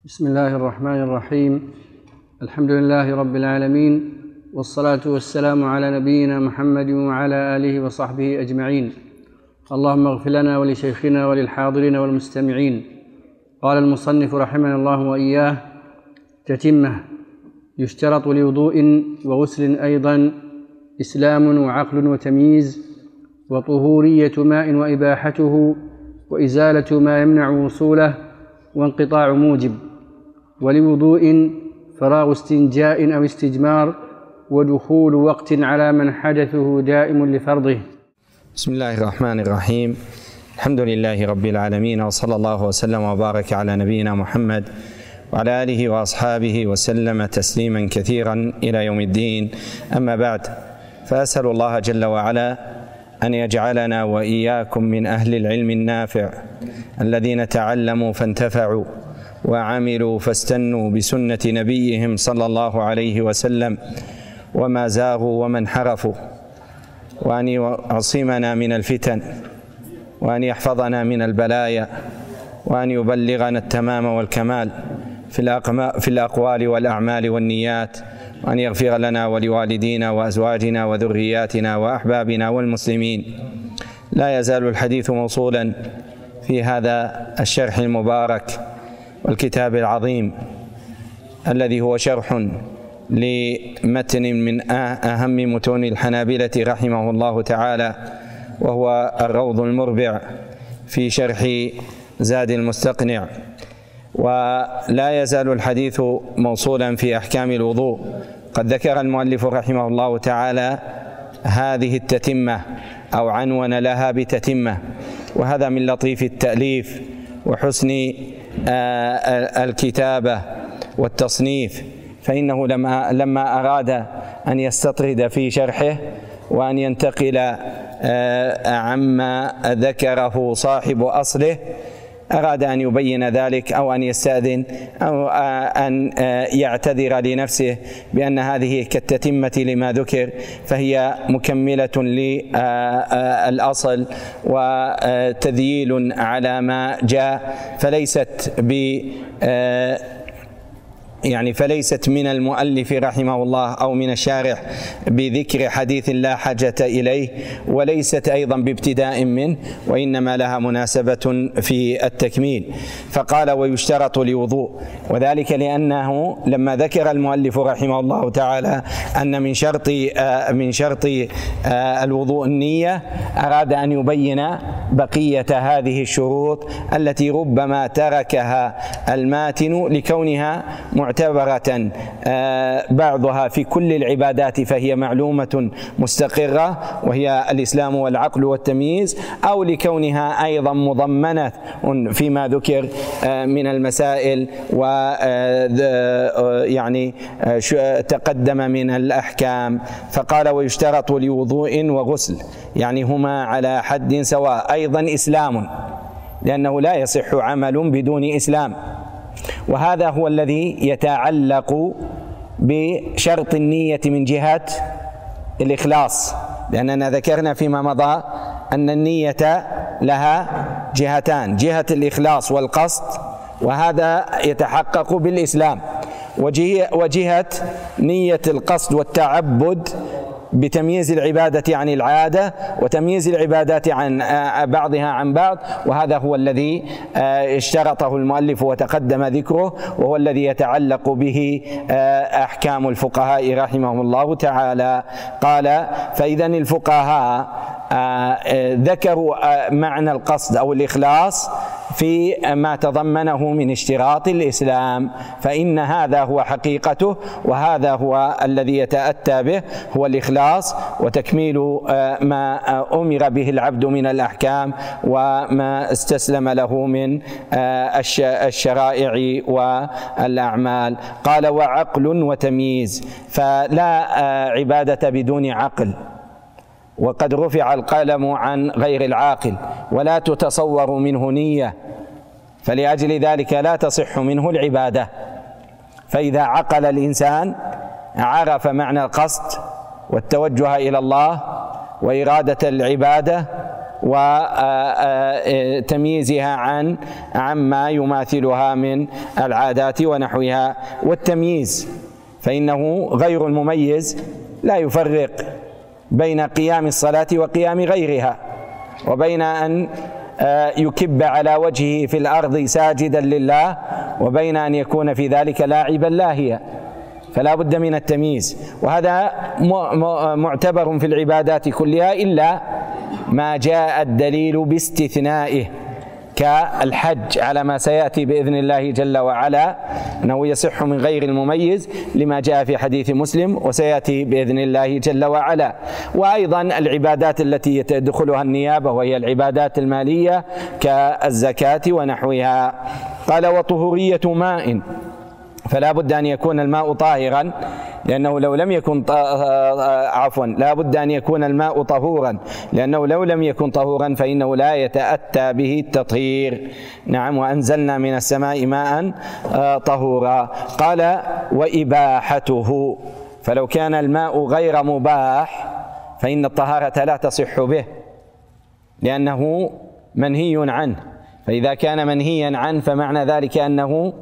بسم الله الرحمن الرحيم. الحمد لله رب العالمين، والصلاة والسلام على نبينا محمد وعلى آله وصحبه أجمعين. اللهم اغفر لنا ولشيخنا وللحاضرين والمستمعين. قال المصنف رحمه الله وإياه: تتمة: يشترط لوضوء وغسل أيضا إسلام وعقل وتمييز وطهورية ماء وإباحته وإزالة ما يمنع وصوله وانقطاع موجب، ولوضوء فراغ استنجاء أو استجمار، ودخول وقت على من حدثه دائم لفرضه. بسم الله الرحمن الرحيم. الحمد لله رب العالمين، وصلى الله وسلم وبارك على نبينا محمد وعلى آله وأصحابه وسلم تسليما كثيرا إلى يوم الدين. أما بعد، فأسأل الله جل وعلا أن يجعلنا وإياكم من أهل العلم النافع الذين تعلموا فانتفعوا وعملوا فاستنوا بسنة نبيهم صلى الله عليه وسلم وما زاغوا وما انحرفوا، وأن يعصمنا من الفتن، وأن يحفظنا من البلايا، وأن يبلغنا التمام والكمال في الأقوال والأعمال والنيات، وأن يغفر لنا ولوالدينا وأزواجنا وذرياتنا وأحبابنا والمسلمين. لا يزال الحديث موصولا في هذا الشرح المبارك والكتاب العظيم الذي هو شرح لمتن من أهم متون الحنابلة رحمه الله تعالى، وهو الروض المربع في شرح زاد المستقنع. ولا يزال الحديث موصولا في أحكام الوضوء. قد ذكر المؤلف رحمه الله تعالى هذه التتمة أو عنون لها بتتمة، وهذا من لطيف التأليف وحسن الكتابة والتصنيف، فإنه لما أراد أن يستطرد في شرحه وأن ينتقل عما ذكره صاحب أصله، أراد أن يبين ذلك أو أن يستأذن أو أن يعتذر لنفسه بأن هذه كالتتمة لما ذكر، فهي مكملة للأصل وتذييل على ما جاء، فليست من المؤلف رحمه الله أو من الشارح بذكر حديث لا حاجة إليه، وليست أيضا بابتداء منه، وإنما لها مناسبة في التكميل. فقال: ويشترط لوضوء، وذلك لأنه لما ذكر المؤلف رحمه الله تعالى أن من شرط الوضوء النية، أراد أن يبين بقية هذه الشروط التي ربما تركها الماتن لكونها معتبرة بعضها في كل العبادات فهي معلومة مستقرة، وهي الإسلام والعقل والتمييز، أو لكونها أيضا مضمنة فيما ذكر من المسائل تقدم من الأحكام. فقال: ويشترط لوضوء وغسل، يعني هما على حد سواء. أيضا إسلام، لأنه لا يصح عمل بدون إسلام، وهذا هو الذي يتعلق بشرط النية من جهة الإخلاص، لأننا ذكرنا فيما مضى أن النية لها جهتان: جهة الإخلاص والقصد، وهذا يتحقق بالإسلام، وجهة نية القصد والتعبد بتمييز العبادة عن العادة وتمييز العبادات عن بعضها عن بعض، وهذا هو الذي اشترطه المؤلف وتقدم ذكره، وهو الذي يتعلق به أحكام الفقهاء رحمهم الله تعالى. قال: فإذا الفقهاء ذكروا معنى القصد أو الإخلاص في ما تضمنه من اشتراط الإسلام، فإن هذا هو حقيقته، وهذا هو الذي يتأتى به، هو الإخلاص وتكميل ما أمر به العبد من الأحكام وما استسلم له من الشرائع والأعمال. قال: وعقل وتمييز، فلا عبادة بدون عقل، وقد رفع القلم عن غير العاقل، ولا تتصور منه نية، فلأجل ذلك لا تصح منه العبادة. فإذا عقل الإنسان عرف معنى القصد والتوجه إلى الله وإرادة العبادة وتمييزها عما يماثلها من العادات ونحوها. والتمييز فإنه غير المميز لا يفرق بين قيام الصلاة وقيام غيرها، وبين أن يكب على وجهه في الأرض ساجدا لله، وبين أن يكون في ذلك لاعبا لاهيا، فلا بد من التمييز. وهذا معتبر في العبادات كلها إلا ما جاء الدليل باستثنائه، كالحج على ما سيأتي بإذن الله جل وعلا أنه يصح من غير المميز لما جاء في حديث مسلم وسيأتي بإذن الله جل وعلا. وأيضا العبادات التي تدخلها النيابة وهي العبادات المالية كالزكاة ونحوها. قال وطهورية ماء، فلا بد أن يكون الماء طاهرا، لأنه لو لم يكن لا بد أن يكون الماء طهورا، لأنه لو لم يكن طهورا فإنه لا يتأتى به التطهير. نعم، وأنزلنا من السماء ماء طهورا. قال وإباحته، فلو كان الماء غير مباح فإن الطهارة لا تصح به، لأنه منهي عنه. فإذا كان منهيا عنه فمعنى ذلك أنه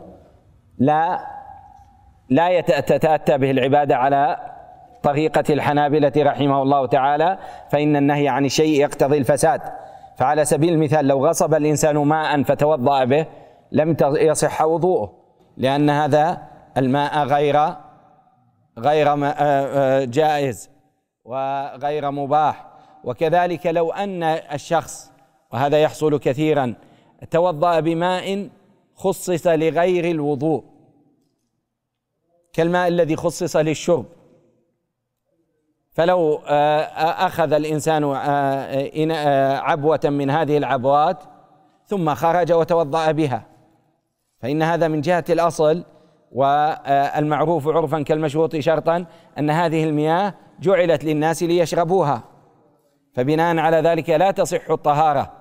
لا تتأتى به العبادة على طريقة الحنابلة رحمه الله تعالى، فإن النهي عن الشيء يقتضي الفساد. فعلى سبيل المثال لو غصب الإنسان ماء فتوضأ به لم يصح وضوءه، لأن هذا الماء غير جائز وغير مباح. وكذلك لو أن الشخص، وهذا يحصل كثيرا، توضأ بماء خصص لغير الوضوء كالماء الذي خصص للشرب، فلو أخذ الإنسان عبوة من هذه العبوات ثم خرج وتوضأ بها، فإن هذا من جهة الأصل والمعروف عرفا كالمشروط شرطا أن هذه المياه جعلت للناس ليشربوها، فبناء على ذلك لا تصح الطهارة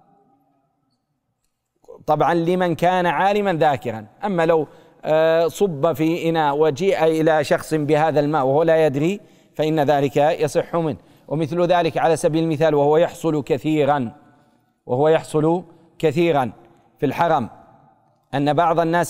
طبعا لمن كان عالما ذاكرا. أما لو صب في إناء وجيء إلى شخص بهذا الماء وهو لا يدري فإن ذلك يصح منه. ومثل ذلك على سبيل المثال وهو يحصل كثيرا في الحرم، أن بعض الناس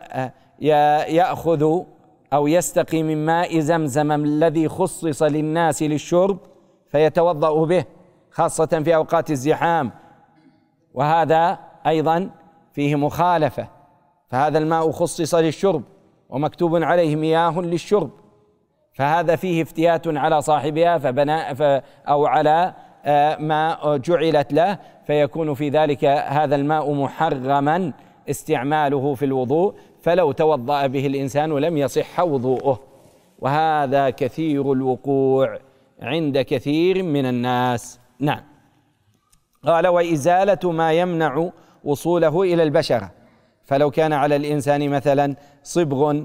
يأخذ أو يستقي من ماء زمزم الذي خصص للناس للشرب فيتوضأ به، خاصة في أوقات الزحام، وهذا أيضا فيه مخالفة. فهذا الماء خصص للشرب ومكتوب عليه مياه للشرب، فهذا فيه افتيات على صاحبها أو على ما جعلت له، فيكون في ذلك هذا الماء محرما استعماله في الوضوء، فلو توضأ به الإنسان لم يصح وضوءه. وهذا كثير الوقوع عند كثير من الناس. نعم. قال وإزالة ما يمنع وصوله إلى البشرة، فلو كان على الإنسان مثلا صبغ،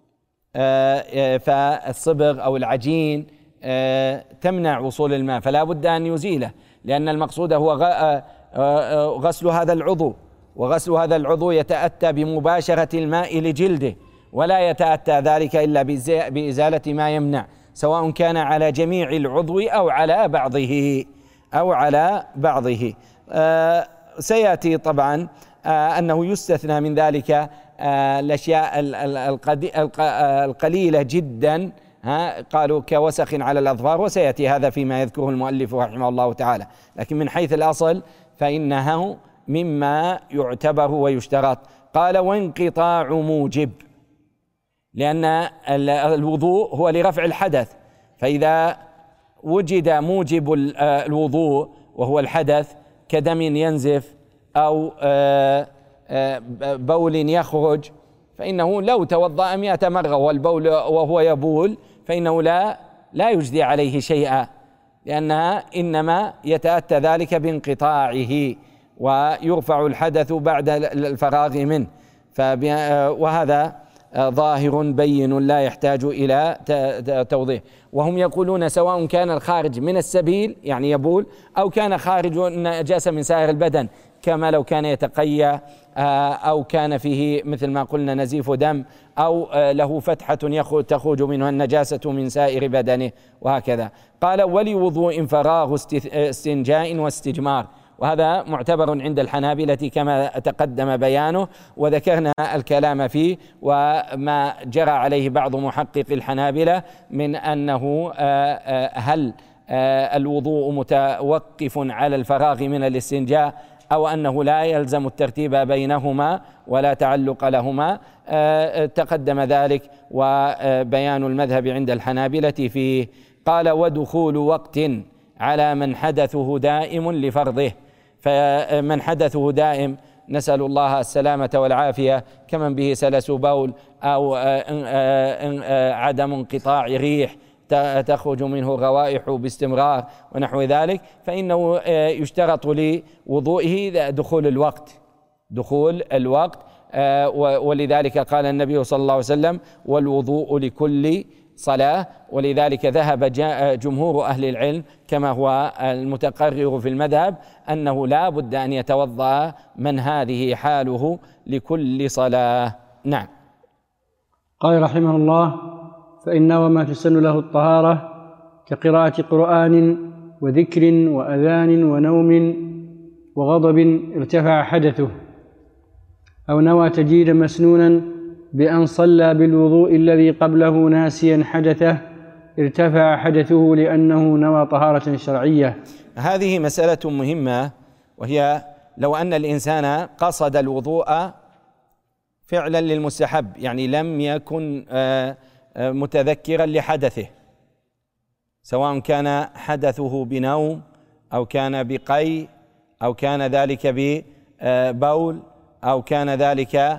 فالصبغ أو العجين تمنع وصول الماء، فلا بد أن يزيله، لأن المقصود هو غسل هذا العضو، وغسل هذا العضو يتأتى بمباشرة الماء لجلده، ولا يتأتى ذلك إلا بإزالة ما يمنع، سواء كان على جميع العضو أو على بعضه. سيأتي طبعا أنه يستثنى من ذلك الأشياء القليلة جدا، قالوا كوسخ على الأظفار، وسيأتي هذا فيما يذكره المؤلف رحمه الله تعالى. لكن من حيث الأصل فإنه مما يعتبر ويشترط. قال وانقطاع موجب، لأن الوضوء هو لرفع الحدث، فإذا وجد موجب الوضوء وهو الحدث كدم ينزف أو بول يخرج، فإنه لو توضأ 100 مرة والبول وهو يبول فإنه لا يجدي عليه شيئا، لأنها إنما يتأتى ذلك بانقطاعه، ويرفع الحدث بعد الفراغ منه. وهذا ظاهر بين لا يحتاج إلى توضيح. وهم يقولون سواء كان الخارج من السبيل يعني يبول، أو كان خارج نجاسة من سائر البدن كما لو كان يتقيأ، أو كان فيه مثل ما قلنا نزيف دم، أو له فتحة تخرج منها النجاسة من سائر بدنه وهكذا. قال ولوضوء فراغ استنجاء واستجمار، وهذا معتبر عند الحنابلة كما تقدم بيانه، وذكرنا الكلام فيه وما جرى عليه بعض محقق الحنابلة من أنه هل الوضوء متوقف على الفراغ من الاستنجاء أو أنه لا يلزم الترتيب بينهما ولا تعلق لهما. تقدم ذلك وبيان المذهب عند الحنابلة فيه. قال ودخول وقت على من حدثه دائم لفرضه، فمن حدثه دائم نسأل الله السلامة والعافية كمن به سلس بول أو عدم انقطاع ريح تخرج منه روائح باستمرار ونحو ذلك، فإنه يشترط لوضوئه دخول الوقت. ولذلك قال النبي صلى الله عليه وسلم والوضوء لكل صلاة. ولذلك ذهب جمهور أهل العلم كما هو المتقرر في المذهب أنه لا بد أن يتوضأ من هذه حاله لكل صلاة. نعم. قال رحمه الله فإن وما تسن له الطهارة كقراءة قرآن وذكر وأذان ونوم وغضب ارتفع حدثه، أو نوى تجديدا مسنونا بأن صلى بالوضوء الذي قبله ناسيا حدثه ارتفع حدثه لأنه نوى طهارة شرعية. هذه مسألة مهمة، وهي لو أن الإنسان قصد الوضوء فعلا للمستحب، يعني لم يكن متذكرا لحدثه، سواء كان حدثه بنوم أو كان بقي أو كان ذلك ببول أو كان ذلك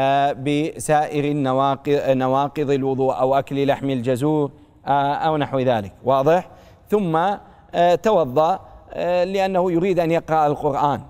بسائر نواقض الوضوء أو أكل لحم الجزور أو نحو ذلك، واضح؟ ثم توضأ لأنه يريد أن يقرأ القرآن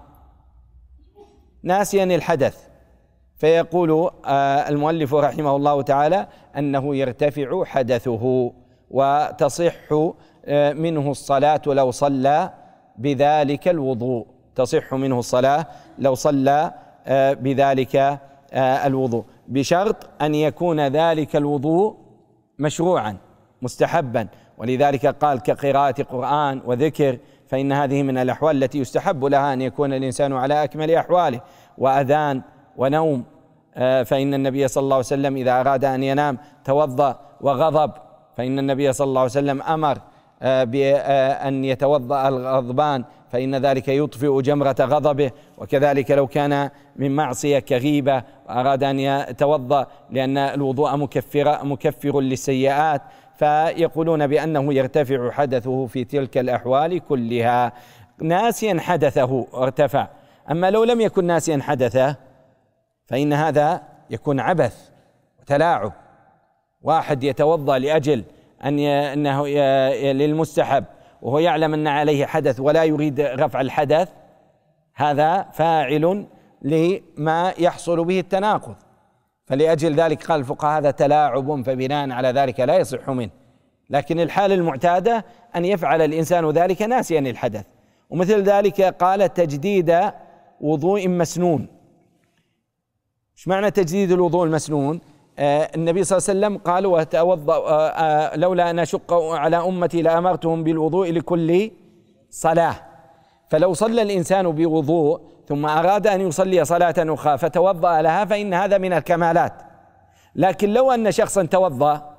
ناسيا الحدث، فيقول المؤلف رحمه الله تعالى أنه يرتفع حدثه وتصح منه الصلاة لو صلى بذلك الوضوء، تصح منه الصلاة لو صلى بذلك الوضوء، بشرط أن يكون ذلك الوضوء مشروعا مستحبا. ولذلك قال كقراءة قرآن وذكر، فإن هذه من الأحوال التي يستحب لها أن يكون الإنسان على أكمل أحواله، وأذان ونوم، فإن النبي صلى الله عليه وسلم إذا أراد أن ينام توضأ، وغضب فإن النبي صلى الله عليه وسلم أمر بأن يتوضأ الغضبان فإن ذلك يطفئ جمرة غضبه. وكذلك لو كان من معصية كغيبة وأراد أن يتوضأ لأن الوضوء مكفر للسيئات، فيقولون بأنه يرتفع حدثه في تلك الأحوال كلها. ناسيا حدثه ارتفع، أما لو لم يكن ناسيا حدثه فإن هذا يكون عبث وتلاعب. واحد يتوضأ لأجل أنه للمستحب وهو يعلم أن عليه حدث ولا يريد رفع الحدث، هذا فاعل لما يحصل به التناقض، فلأجل ذلك قال الفقهاء هذا تلاعب، فبناء على ذلك لا يصح منه. لكن الحال المعتادة أن يفعل الإنسان ذلك ناسيا الحدث. ومثل ذلك قال تجديد وضوء مسنون. ايش معنى تجديد الوضوء المسنون؟ النبي صلى الله عليه وسلم قال وتوضأ لولا أن أشق على أمتي لأمرتهم بالوضوء لكل صلاة. فلو صلى الإنسان بوضوء ثم أراد أن يصلي صلاة أخرى فتوضأ لها فإن هذا من الكمالات. لكن لو أن شخصا توضأ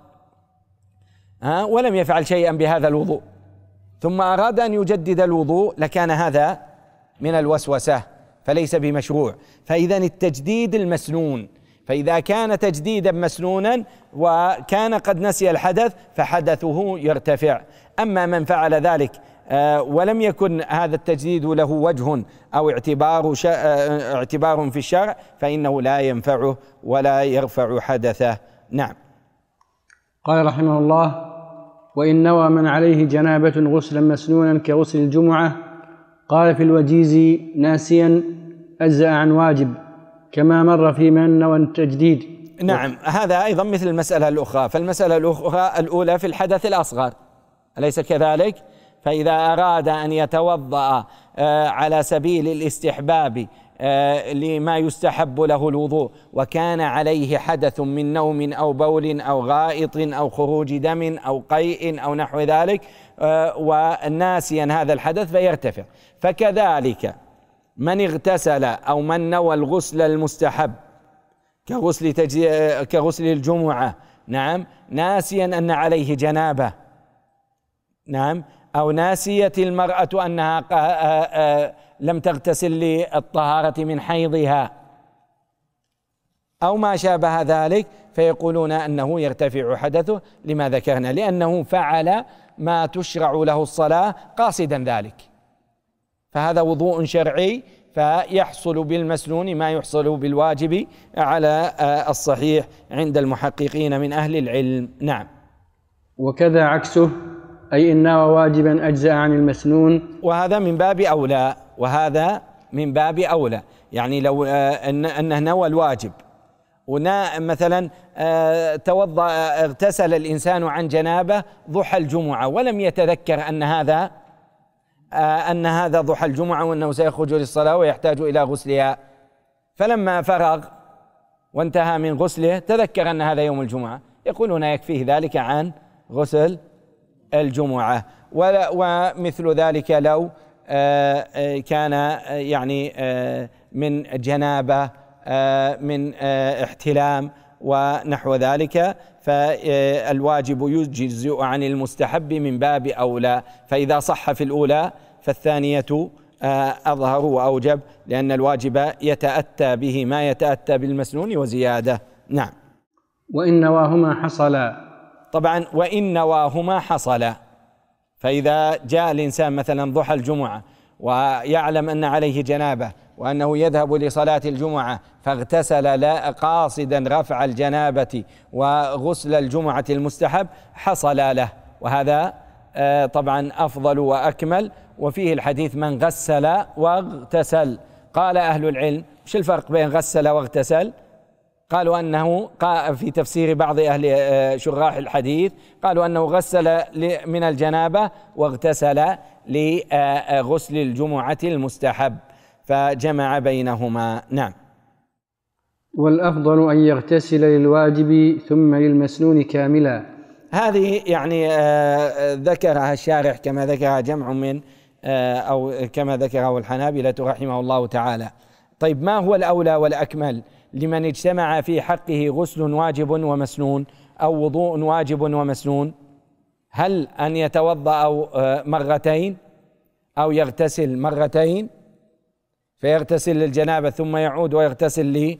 ولم يفعل شيئا بهذا الوضوء ثم أراد أن يجدد الوضوء لكان هذا من الوسوسة فليس بمشروع. فإذا التجديد المسنون، فإذا كان تجديدا مسنونا وكان قد نسي الحدث فحدثه يرتفع. أما من فعل ذلك ولم يكن هذا التجديد له وجه أو اعتبار في الشرع فإنه لا ينفعه ولا يرفع حدثه. نعم. قال رحمه الله وإن نوى من عليه جنابة غسلا مسنونا كغسل الجمعة قال في الوجيز ناسيا أجزأ عن واجب كما مر في من نوى التجديد. نعم، هذا أيضا مثل المسألة الأخرى. فالمسألة الأخرى الأولى في الحدث الأصغر، أليس كذلك؟ فإذا أراد أن يتوضأ على سبيل الاستحباب لما يستحب له الوضوء، وكان عليه حدث من نوم أو بول أو غائط أو خروج دم أو قيء أو نحو ذلك، وناسيا هذا الحدث فيرتفع. فكذلك من اغتسل أو من نوى الغسل المستحب كغسل الجمعة، نعم، ناسيا أن عليه جنابة، نعم، أو ناسية المرأة أنها لم تغتسل للطهارة من حيضها أو ما شابه ذلك، فيقولون أنه يرتفع حدثه لما ذكرنا، لأنه فعل ما تشرع له الصلاة قاصدا ذلك، فهذا وضوء شرعي، فيحصل بالمسنون ما يحصل بالواجب على الصحيح عند المحققين من أهل العلم. نعم. وكذا عكسه، أي إن نوى واجبا أجزأ عن المسنون، وهذا من باب أولى، وهذا من باب أولى. يعني لو أنه نوى الواجب مثلا توضأ اغتسل الإنسان عن جنابه ضحى الجمعة ولم يتذكر أن هذا ضحى الجمعة وأنه سيخرج للصلاة ويحتاج إلى غسلها، فلما فرغ وانتهى من غسله تذكر أن هذا يوم الجمعة، يقولون يكفيه ذلك عن غسل الجمعة. ومثل ذلك لو كان يعني من جنابة، من احتلام ونحو ذلك، فالواجب يجزئ عن المستحب من باب أولى. فإذا صح في الأولى فالثانية أظهر وأوجب، لأن الواجب يتأتى به ما يتأتى بالمسنون وزيادة. نعم. وإن نواهما حصلا، طبعا وإن نواهما حصلا، فإذا جاء الإنسان مثلا ضحى الجمعة ويعلم أن عليه جنابة وأنه يذهب لصلاة الجمعة فاغتسل قاصدا رفع الجنابة وغسل الجمعة المستحب، حصل له، وهذا طبعا أفضل وأكمل. وفيه الحديث من غسل واغتسل. قال أهل العلم: مش الفرق بين غسل واغتسل؟ قالوا أنه في تفسير بعض أهل شراح الحديث قالوا أنه غسل من الجنابة واغتسل لغسل الجمعة المستحب، فجمع بينهما. نعم. والأفضل أن يغتسل للواجب ثم للمسنون كاملا. هذه يعني ذكرها الشارح كما ذكرها جمع من أو كما ذكره الحنابلة رحمه الله تعالى. طيب، ما هو الأولى والأكمل لمن اجتمع في حقه غسل واجب ومسنون أو وضوء واجب ومسنون؟ هل أن يتوضأ مرتين أو يغتسل مرتين، فيغتسل للجنابة ثم يعود ويغتسل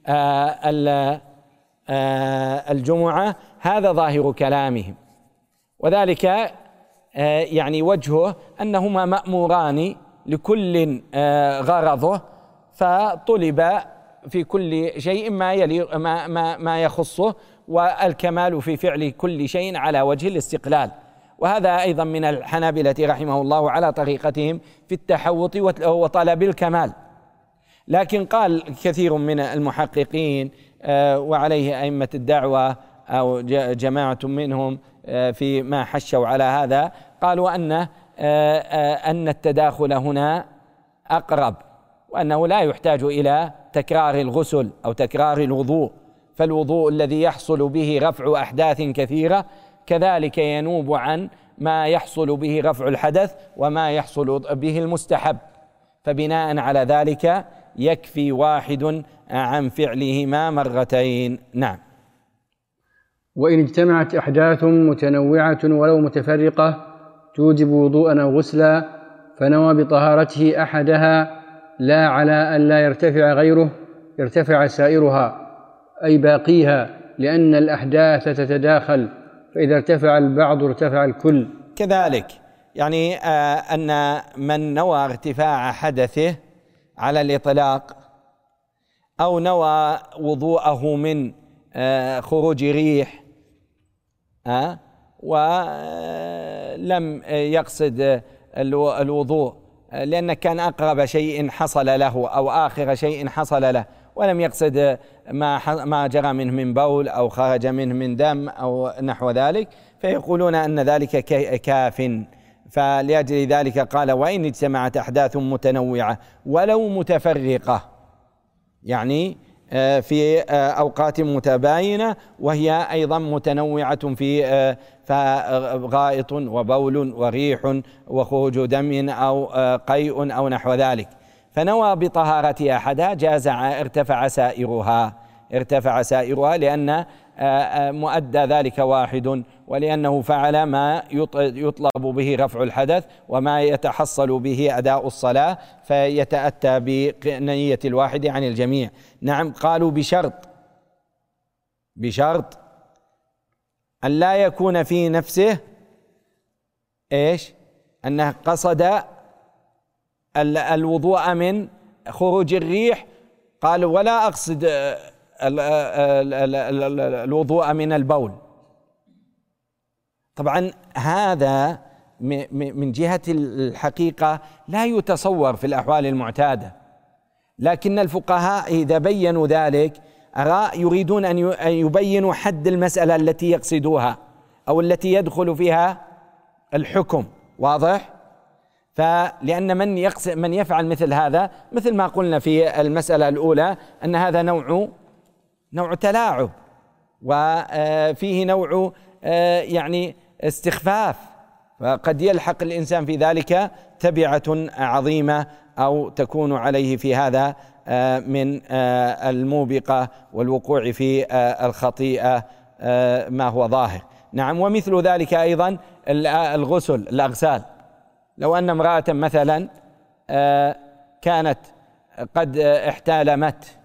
للجمعة؟ هذا ظاهر كلامهم، وذلك يعني وجهه أنهما مأموران لكل غرضه، فطلب في كل شيء ما يخصه، والكمال في فعل كل شيء على وجه الاستقلال. وهذا أيضا من الحنابلة رحمه الله على طريقتهم في التحوط وطلب الكمال. لكن قال كثير من المحققين وعليه أئمة الدعوة أو جماعة منهم في ما حشوا على هذا، قالوا أن التداخل هنا أقرب، وأنه لا يحتاج إلى تكرار الغسل أو تكرار الوضوء، فالوضوء الذي يحصل به رفع أحداث كثيرة كذلك ينوب عن ما يحصل به رفع الحدث وما يحصل به المستحب، فبناء على ذلك يكفي واحد عن فعلهما مرتين. نعم. وإن اجتمعت أحداث متنوعة ولو متفرقة توجب وضوءا أو غسلا، فنوى بطهارته أحدها لا على أن لا يرتفع غيره يرتفع سائرها، أي باقيها، لأن الأحداث تتداخل، فإذا ارتفع البعض ارتفع الكل. كذلك يعني أن من نوى ارتفاع حدثه على الإطلاق أو نوى وضوءه من خروج ريح ولم يقصد الوضوء لأن كان أقرب شيء حصل له أو آخر شيء حصل له، ولم يقصد ما جرى منه من بول أو خرج منه من دم أو نحو ذلك، فيقولون أن ذلك كاف. فلأجل ذلك قال: وإن اجتمعت أحداث متنوعة ولو متفرقة، يعني في أوقات متباينة وهي أيضا متنوعة في غائط وبول وريح وخروج دم أو قيء أو نحو ذلك، فنوى بطهارة أحدها جاز ارتفع سائرها لأن مؤدى ذلك واحد، ولأنه فعل ما يطلب به رفع الحدث وما يتحصل به أداء الصلاة، فيتأتى بنية الواحد عن الجميع. نعم، قالوا بشرط أن لا يكون في نفسه أنه قصد الوضوء من خروج الريح، قال: ولا أقصد الوضوء من البول. طبعا هذا من جهة الحقيقة لا يتصور في الأحوال المعتادة، لكن الفقهاء إذا بينوا ذلك يريدون أن يبينوا حد المسألة التي يقصدوها أو التي يدخل فيها الحكم، واضح؟ فلأن من يفعل مثل هذا، مثل ما قلنا في المسألة الأولى، أن هذا نوع تلاعب، وفيه نوع يعني استخفاف، فقد يلحق الإنسان في ذلك تبعة عظيمة أو تكون عليه في هذا من الموبقة والوقوع في الخطيئة ما هو ظاهر. نعم، ومثل ذلك أيضا الأغسال. لو أن امرأة مثلا كانت قد احتالمت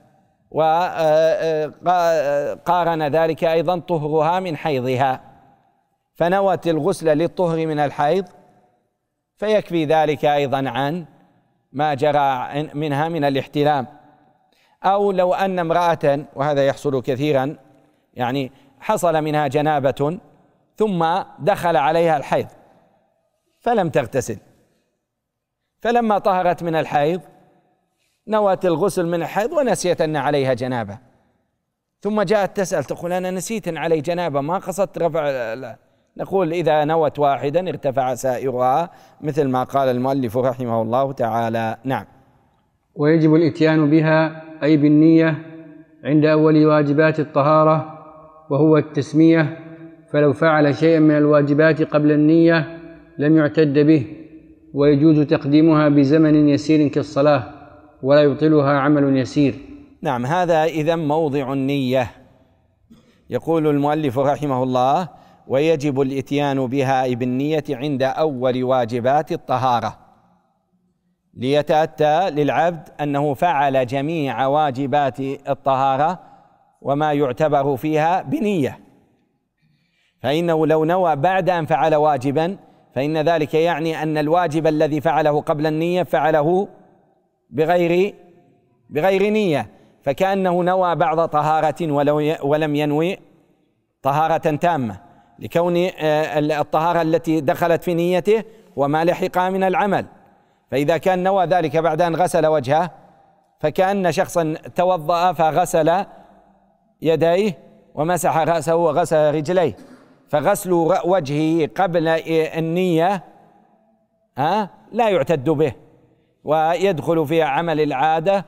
وقارن ذلك أيضا طهرها من حيضها، فنوت الغسل للطهر من الحيض، فيكفي ذلك أيضا عن ما جرى منها من الاحتلام. أو لو أن امرأة، وهذا يحصل كثيرا، يعني حصل منها جنابة ثم دخل عليها الحيض فلم تغتسل، فلما طهرت من الحيض نوت الغسل من الحيض ونسيت أن عليها جنابة، ثم جاءت تسأل تقول: أنا نسيت أن علي جنابة، ما قصدت رفع. نقول: إذا نوت واحدا ارتفع سائرها، مثل ما قال المؤلف رحمه الله تعالى. نعم. ويجب الإتيان بها أي بالنية عند أول واجبات الطهارة، وهو التسمية، فلو فعل شيئا من الواجبات قبل النية لم يعتد به، ويجوز تقديمها بزمن يسير كالصلاة، ولا يبطلها عمل يسير. نعم، هذا إذن موضع النية. يقول المؤلف رحمه الله: ويجب الإتيان بها بالنية عند أول واجبات الطهارة، ليتأتى للعبد أنه فعل جميع واجبات الطهارة وما يعتبر فيها بنية، فإنه لو نوى بعد أن فعل واجبا فإن ذلك يعني أن الواجب الذي فعله قبل النية فعله بغير نية، فكأنه نوى بعض طهارة ولم ينوي طهارة تامة، لكون الطهارة التي دخلت في نيته وما لحقها من العمل. فإذا كان نوى ذلك بعد أن غسل وجهه فكأن شخصا توضأ فغسل يديه ومسح رأسه وغسل رجليه، فغسل وجهه قبل النية لا يعتد به، ويدخل في عمل العادة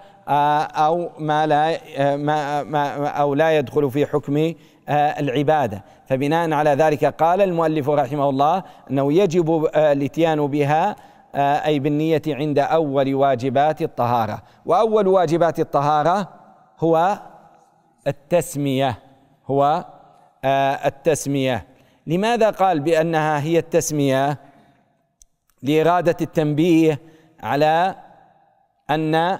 أو لا يدخل في حكم العبادة. فبناء على ذلك قال المؤلف رحمه الله أنه يجب الاتيان بها أي بالنية عند أول واجبات الطهارة. وأول واجبات الطهارة هو التسمية. لماذا قال بأنها هي التسمية؟ لإرادة التنبيه على أن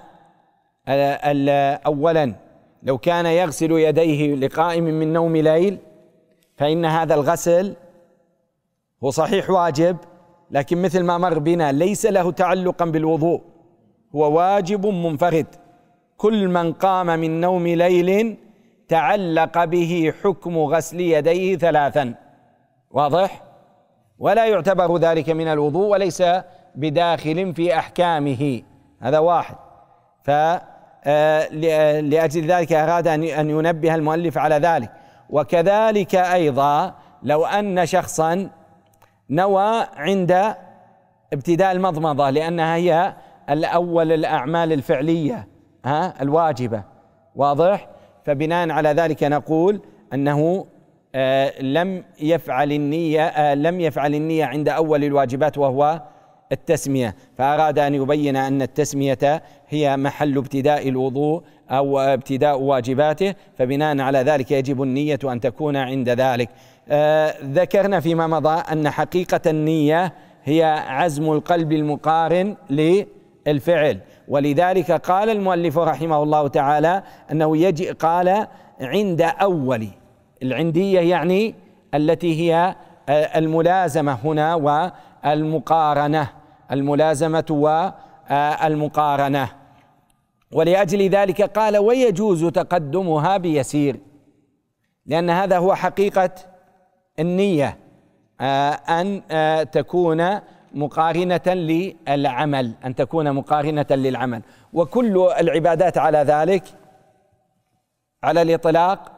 أولا لو كان يغسل يديه لقائم من نوم ليل فإن هذا الغسل هو صحيح واجب، لكن مثل ما مر بنا ليس له تعلقا بالوضوء، هو واجب منفرد. كل من قام من نوم ليل تعلق به حكم غسل يديه 3، واضح؟ ولا يعتبر ذلك من الوضوء وليس بداخل في أحكامه، هذا واحد. لأجل ذلك أراد أن ينبه المؤلف على ذلك. وكذلك أيضا لو أن شخصا نوى عند ابتداء المضمضة، لأنها هي الأول الأعمال الفعلية الواجبة، واضح؟ فبناء على ذلك نقول أنه لم يفعل النية عند أول الواجبات وهو التسمية، فأراد أن يبين أن التسمية هي محل ابتداء الوضوء أو ابتداء واجباته، فبناء على ذلك يجب النية أن تكون عند ذلك. ذكرنا فيما مضى أن حقيقة النية هي عزم القلب المقارن للفعل، ولذلك قال المؤلف رحمه الله تعالى أنه قال عند أول، العندية يعني التي هي الملازمة هنا والمقارنة، الملازمة والمقارنة، ولأجل ذلك قال ويجوز تقدمها بيسير، لأن هذا هو حقيقة النية، أن تكون مقارنة للعمل، أن تكون مقارنة للعمل. وكل العبادات على ذلك على الإطلاق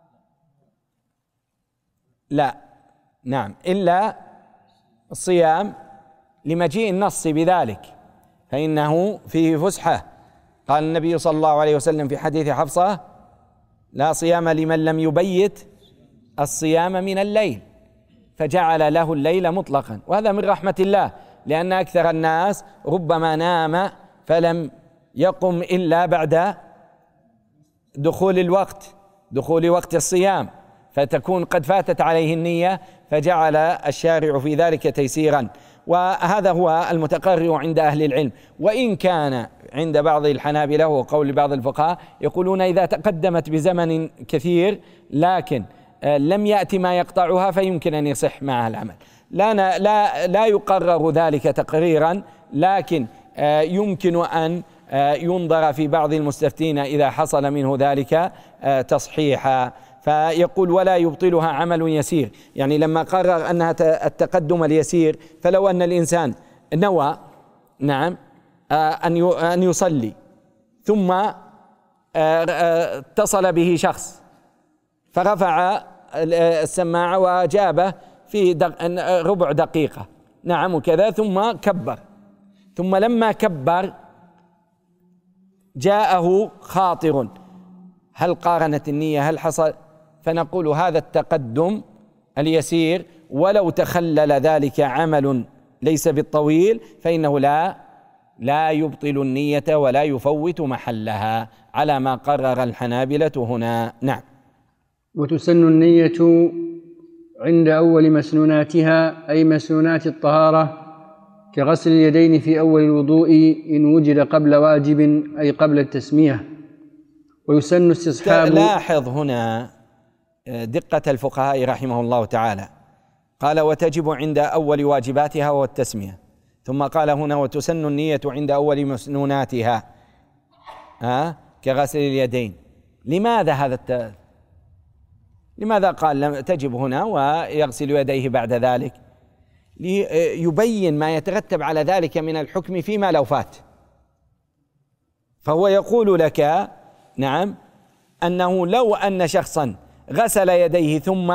لا، نعم، إلا الصيام لمجيء النص بذلك، فإنه فيه فسحة. قال النبي صلى الله عليه وسلم في حديث حفصة: لا صيام لمن لم يبيت الصيام من الليل، فجعل له الليل مطلقا، وهذا من رحمة الله، لأن أكثر الناس ربما نام فلم يقم إلا بعد دخول وقت الصيام، فتكون قد فاتت عليه النية، فجعل الشارع في ذلك تيسيرا، وهذا هو المتقرر عند أهل العلم. وإن كان عند بعض الحنابلة وقول بعض الفقهاء يقولون إذا تقدمت بزمن كثير لكن لم يأتي ما يقطعها فيمكن أن يصح معها العمل. لا يقرر ذلك تقريرا، لكن يمكن أن ينظر في بعض المستفتين إذا حصل منه ذلك تصحيحا. فيقول ولا يبطلها عمل يسير، يعني لما قرر أنها التقدم اليسير، فلو أن الإنسان نوى نعم أن يصلي، ثم اتصل به شخص فرفع السماعة وأجابه في ربع دقيقة، نعم وكذا، ثم كبر، ثم لما كبر جاءه خاطر، هل قارنت النية؟ هل حصل؟ فنقول هذا التقدم اليسير ولو تخلل ذلك عمل ليس بالطويل فإنه لا يبطل النية ولا يفوت محلها على ما قرر الحنابلة هنا. نعم. وتسن النية عند أول مسنوناتها، أي مسنونات الطهارة، كغسل اليدين في أول الوضوء إن وجد قبل واجب أي قبل التسمية. ويسن استصحاب. لاحظ هنا دقة الفقهاء رحمه الله تعالى، قال وتجب عند أول واجباتها والتسمية، ثم قال هنا وتسن النية عند أول مسنوناتها كغسل اليدين. لماذا لماذا قال تجب هنا ويغسل يديه بعد ذلك؟ ليبين ما يترتب على ذلك من الحكم فيما لو فات. فهو يقول لك نعم أنه لو أن شخصا غسل يديه ثم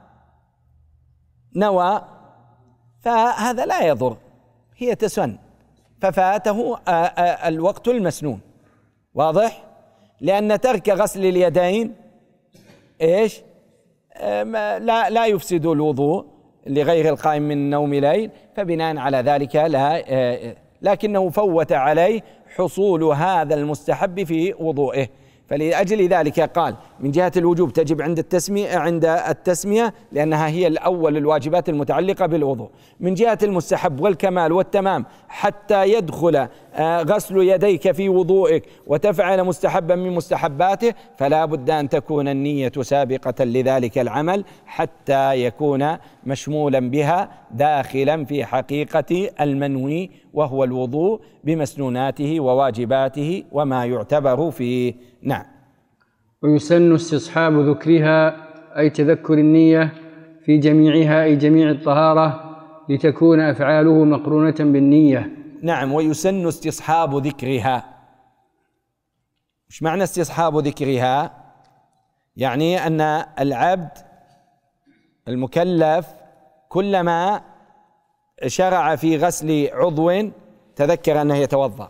نوى فهذا لا يضر، هي تسن، ففاته الوقت المسنون، واضح؟ لأن ترك غسل اليدين إيش؟ لا يفسد الوضوء لغير القائم من نوم ليل، فبناء على ذلك لكنه فوت عليه حصول هذا المستحب في وضوئه. فلأجل ذلك قال من جهة الوجوب تجب عند التسمية لأنها هي الأول الواجبات المتعلقة بالوضوء. من جهة المستحب والكمال والتمام حتى يدخل غسل يديك في وضوئك وتفعل مستحبا من مستحباته، فلا بد أن تكون النية سابقة لذلك العمل حتى يكون مشمولا بها داخلا في حقيقة المنوي وهو الوضوء بمسنوناته وواجباته وما يعتبر فيه. نعم. ويسن استصحاب ذكرها أي تذكر النية في جميعها أي جميع الطهارة لتكون أفعاله مقرونة بالنية. نعم. ويسن استصحاب ذكرها وش معنى استصحاب ذكرها؟ يعني أن العبد المكلف كلما شرع في غسل عضو تذكر أنه يتوضأ.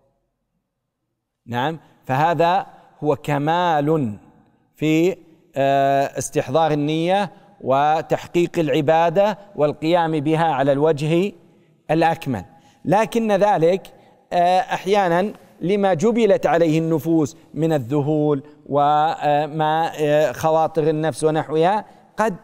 نعم، فهذا هو كمال في استحضار النية وتحقيق العبادة والقيام بها على الوجه الأكمل. لكن ذلك أحيانا لما جبلت عليه النفوس من الذهول وما خواطر النفس ونحوها قد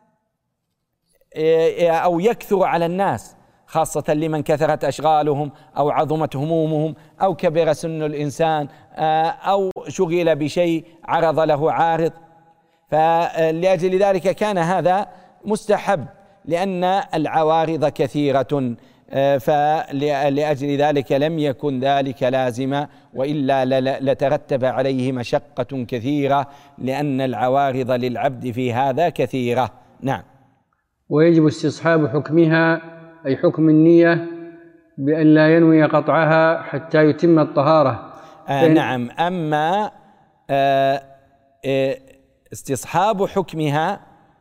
أو يكثر على الناس، خاصة لمن كثرت أشغالهم أو عظمت همومهم أو كبر سن الإنسان أو شغل بشيء عرض له عارض. فلأجل ذلك كان هذا مستحب، لأن العوارض كثيرة، فلأجل ذلك لم يكن ذلك لازما، وإلا لترتب عليه مشقة كثيرة، لأن العوارض للعبد في هذا كثيرة. نعم. ويجب استصحاب حكمها أي حكم النية بأن لا ينوي قطعها حتى يتم الطهارة. نعم. أما استصحاب حكمها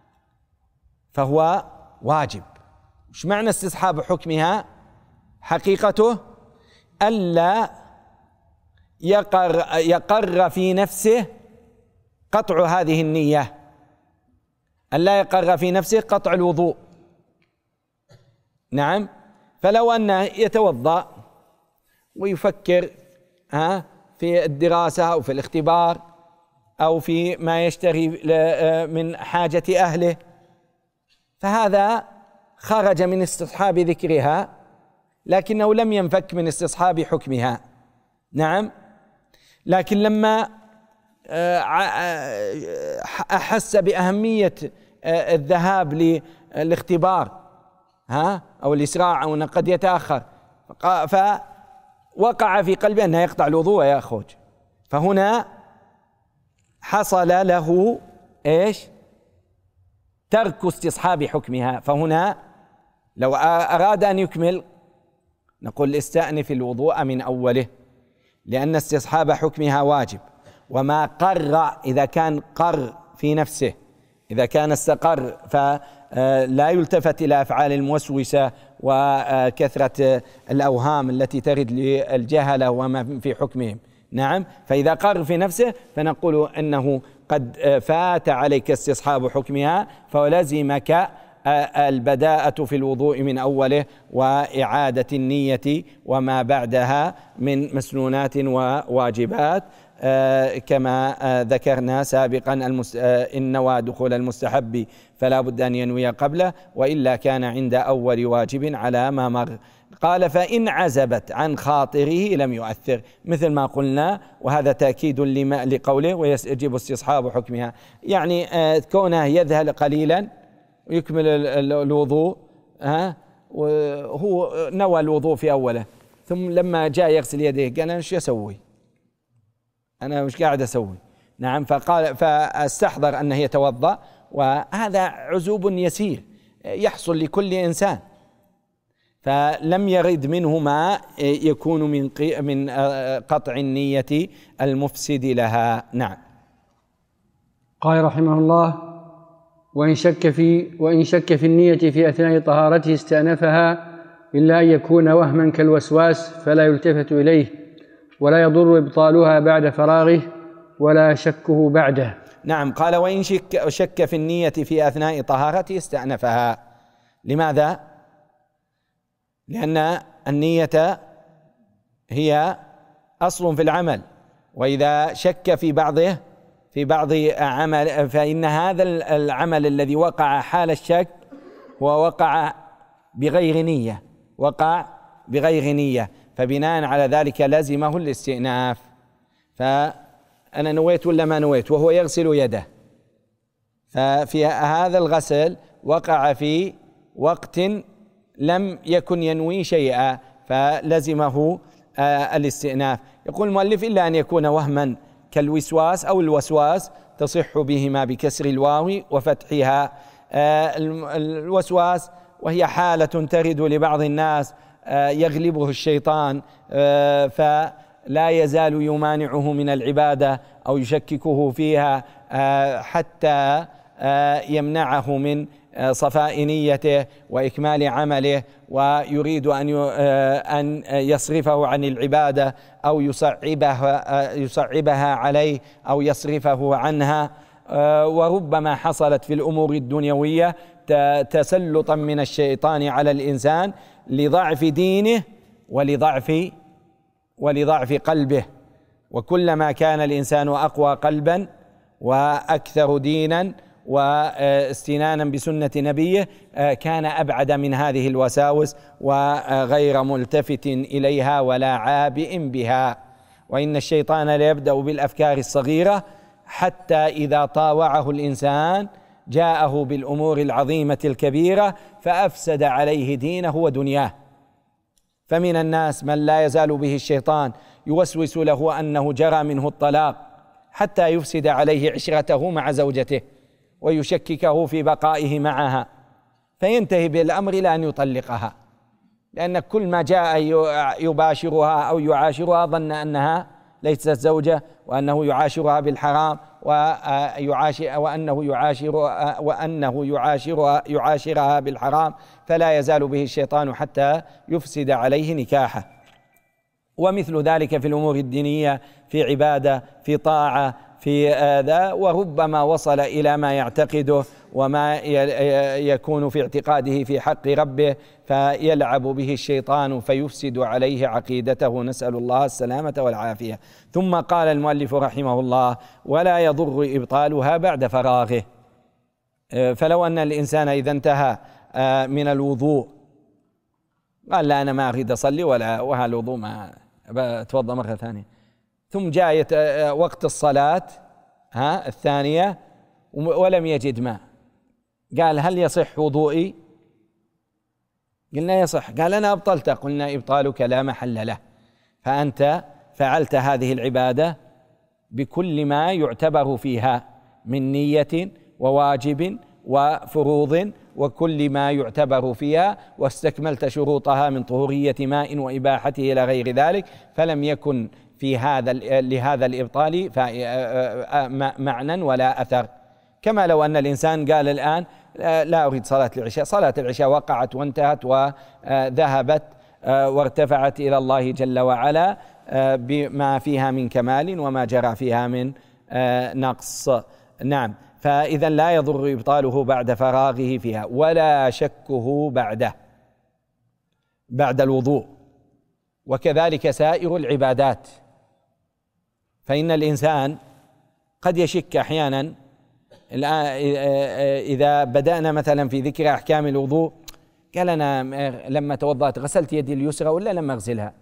فهو واجب. وش معنى استصحاب حكمها؟ حقيقته ألا يقر في نفسه قطع هذه النية، ألا يقر في نفسه قطع الوضوء. نعم، فلو أنه يتوضأ ويفكر في الدراسة أو في الاختبار أو في ما يشتري من حاجة أهله، فهذا خرج من استصحاب ذكرها، لكنه لم ينفك من استصحاب حكمها. نعم، لكن لما أحس بأهمية الذهاب للاختبار أو الإسراع أو أنه قد يتأخر، فوقع في قلبه أنه يقطع الوضوء ويخرج، فهنا حصل له إيش؟ ترك استصحاب حكمها. فهنا لو أراد أن يكمل نقول استأنف الوضوء من أوله، لأن استصحاب حكمها واجب. وما قر، إذا كان قر في نفسه، إذا كان استقر، فلا يلتفت إلى أفعال الموسوسة وكثرة الأوهام التي ترد للجهلة وما في حكمهم. نعم، فإذا قر في نفسه فنقول أنه قد فات عليك استصحاب حكمها، فلزمك البداءة في الوضوء من أوله وإعادة النية وما بعدها من مسنونات وواجبات، كما ذكرنا سابقا. إن نوى دخول المستحب فلا بد أن ينوي قبله، وإلا كان عند أول واجب على ما مر. قال فإن عزبت عن خاطره لم يؤثر، مثل ما قلنا، وهذا تأكيد لقوله ويجب استصحاب حكمها، يعني كونه يذهل قليلا ويكمل الوضوء، وهو نوى الوضوء في أوله، ثم لما جاء يغسل يديه قال أنا ايش أسوي؟ أنا مش قاعد أسوي. نعم، فاستحضر أنه يتوضأ، وهذا عزوب يسير يحصل لكل إنسان، فلم يرد منه ما يكون من قطع النية المفسد لها. نعم. قال رحمه الله: وإن شك في النية في أثناء طهارته استأنفها، إلا أن يكون وهما كالوسواس فلا يلتفت إليه، ولا يضر إبطالها بعد فراغه ولا شكه بعده. نعم، قال وإن شك في النية في أثناء طهارته استأنفها. لماذا؟ لأن النية هي أصل في العمل، وإذا شك في بعض عمل فإن هذا العمل الذي وقع حال الشك هو وقع بغير نية، فبناء على ذلك لزمه الاستئناف. فأنا نويت ولا ما نويت وهو يغسل يده، ففي هذا الغسل وقع في وقت لم يكن ينوي شيئا، فلزمه الاستئناف. يقول المؤلف: إلا أن يكون وهما كالوسواس أو الوسواس، تصح بهما بكسر الواو وفتحها. الوسواس وهي حالة ترد لبعض الناس يغلبه الشيطان، لا يزال يمانعه من العبادة أو يشككه فيها حتى يمنعه من صفاء نيته وإكمال عمله، ويريد أن يصرفه عن العبادة أو يصعبها عليه أو يصرفه عنها. وربما حصلت في الأمور الدنيوية تسلطا من الشيطان على الإنسان لضعف دينه ولضعف قلبه، وكلما كان الإنسان أقوى قلبا وأكثر دينا واستنانا بسنة نبيه كان أبعد من هذه الوساوس وغير ملتفت إليها ولا عابئ بها. وإن الشيطان ليبدأ بالأفكار الصغيرة حتى إذا طاوعه الإنسان جاءه بالأمور العظيمة الكبيرة فأفسد عليه دينه ودنياه. فمن الناس من لا يزال به الشيطان يوسوس له أنه جرى منه الطلاق حتى يفسد عليه عشرته مع زوجته ويشككه في بقائه معها، فينتهي بالأمر إلى أن يطلقها، لأن كل ما جاء يباشرها أو يعاشرها ظن أنها ليست زوجة وأنه يعاشرها بالحرام وأنه يعاشرها بالحرام، فلا يزال به الشيطان حتى يفسد عليه نكاحه. ومثل ذلك في الأمور الدينية، في عبادة، في طاعة، في ذا، وربما وصل إلى ما يعتقده وما يكون في اعتقاده في حق ربه فيلعب به الشيطان فيفسد عليه عقيدته، نسأل الله السلامة والعافية. ثم قال المؤلف رحمه الله: ولا يضر إبطالها بعد فراغه. فلو أن الإنسان إذا انتهى من الوضوء قال: لا أنا ما أريد أصلي وها الوضوء ما أتوضأ مرة ثانية، ثم جاء وقت الصلاة الثانية ولم يجد ماء، قال: هل يصح وضوئي؟ قلنا: يصح. قال: أنا أبطلت. قلنا: إبطالك لا محل له، فأنت فعلت هذه العبادة بكل ما يعتبر فيها من نية وواجب وفروض وكل ما يعتبر فيها، واستكملت شروطها من طهورية ماء وإباحته إلى غير ذلك، فلم يكن في لهذا الإبطال معنى ولا أثر. كما لو أن الإنسان قال الآن: لا أريد صلاة العشاء، صلاة العشاء وقعت وانتهت وذهبت وارتفعت إلى الله جل وعلا بما فيها من كمال وما جرى فيها من نقص. نعم، فإذا لا يضر إبطاله بعد فراغه فيها ولا شكه بعد الوضوء، وكذلك سائر العبادات. فإن الإنسان قد يشك أحيانا. إذا بدأنا مثلا في ذكر أحكام الوضوء قال: أنا لما توضأت غسلت يدي اليسرى ولا لما أغسلها؟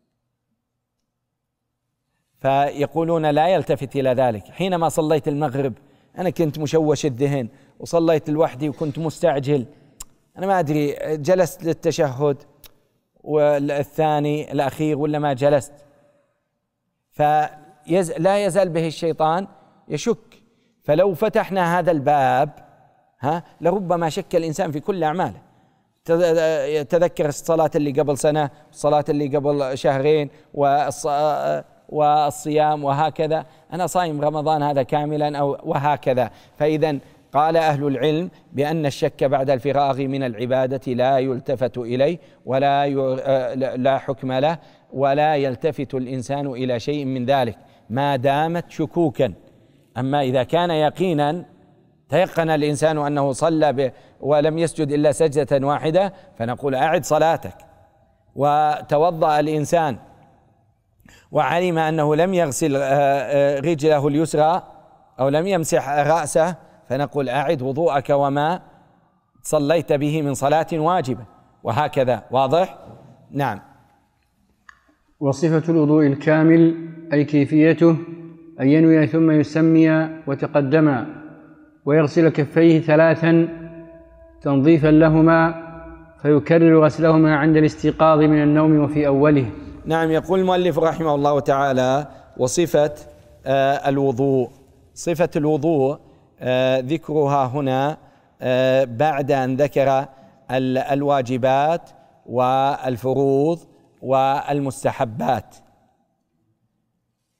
فيقولون لا يلتفت إلى ذلك. حينما صليت المغرب أنا كنت مشوش الذهن، وصليت لوحدي وكنت مستعجل، أنا ما أدري جلست للتشهد والثاني الأخير ولا ما جلست. فلا يزال به الشيطان يشك. فلو فتحنا هذا الباب لربما شك الإنسان في كل أعماله. تذكر الصلاة اللي قبل سنة، الصلاة اللي قبل شهرين، والصيام، وهكذا. أنا صايم رمضان هذا كاملا أو وهكذا. فإذا قال أهل العلم بأن الشك بعد الفراغ من العبادة لا يلتفت إليه ولا لا حكم له، ولا يلتفت الإنسان إلى شيء من ذلك ما دامت شكوكا. أما إذا كان يقينا تيقن الإنسان أنه صلى ولم يسجد إلا سجدة واحدة، فنقول: أعد صلاتك. وتوضأ الإنسان وعلم أنه لم يغسل رجله اليسرى أو لم يمسح رأسه، فنقول: أعد وضوءك وما صليت به من صلاة واجبة، وهكذا. واضح؟ نعم. وصفة الوضوء الكامل أي كيفيته أن ينوي ثم يسمي وتقدم، ويغسل كفيه 3 تنظيفا لهما، فيكرر غسلهما عند الاستيقاظ من النوم وفي أوله. نعم. يقول المؤلف رحمه الله تعالى: وصفة الوضوء. صفة الوضوء ذكرها هنا بعد أن ذكر الواجبات والفروض والمستحبات.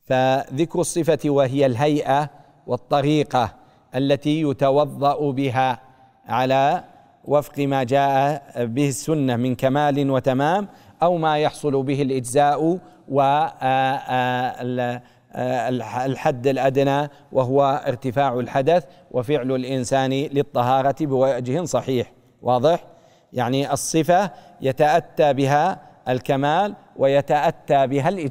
فذكر الصفة وهي الهيئة والطريقة التي يتوضأ بها على وفق ما جاء به السنة من كمال وتمام، أو ما يحصل به الإجزاء والحد الأدنى وهو ارتفاع الحدث وفعل الإنسان للطهارة بوجه صحيح. واضح؟ يعني الصفة يتأتى بها الكمال ويتأتى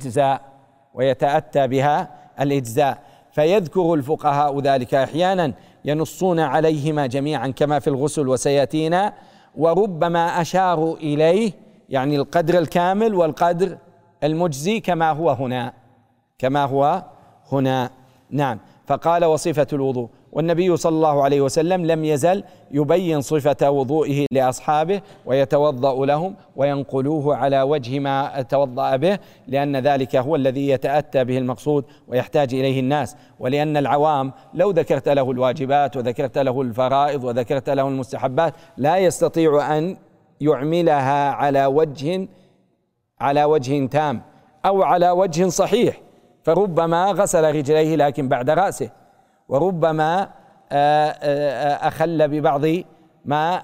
بها الإجزاء فيذكر الفقهاء ذلك أحيانا ينصون عليهما جميعا كما في الغسل وسيأتينا، وربما أشاروا إليه يعني القدر الكامل والقدر المجزي كما هو هنا. نعم. فقال وصفة الوضوء، والنبي صلى الله عليه وسلم لم يزل يبين صفة وضوئه لأصحابه ويتوضأ لهم وينقلوه على وجه ما توضأ به، لأن ذلك هو الذي يتأتى به المقصود ويحتاج إليه الناس. ولأن العوام لو ذكرت له الواجبات وذكرت له الفرائض وذكرت له المستحبات لا يستطيع أن يعملها على وجه تام أو على وجه صحيح، فربما غسل رجليه لكن بعد رأسه، وربما أخل ببعض ما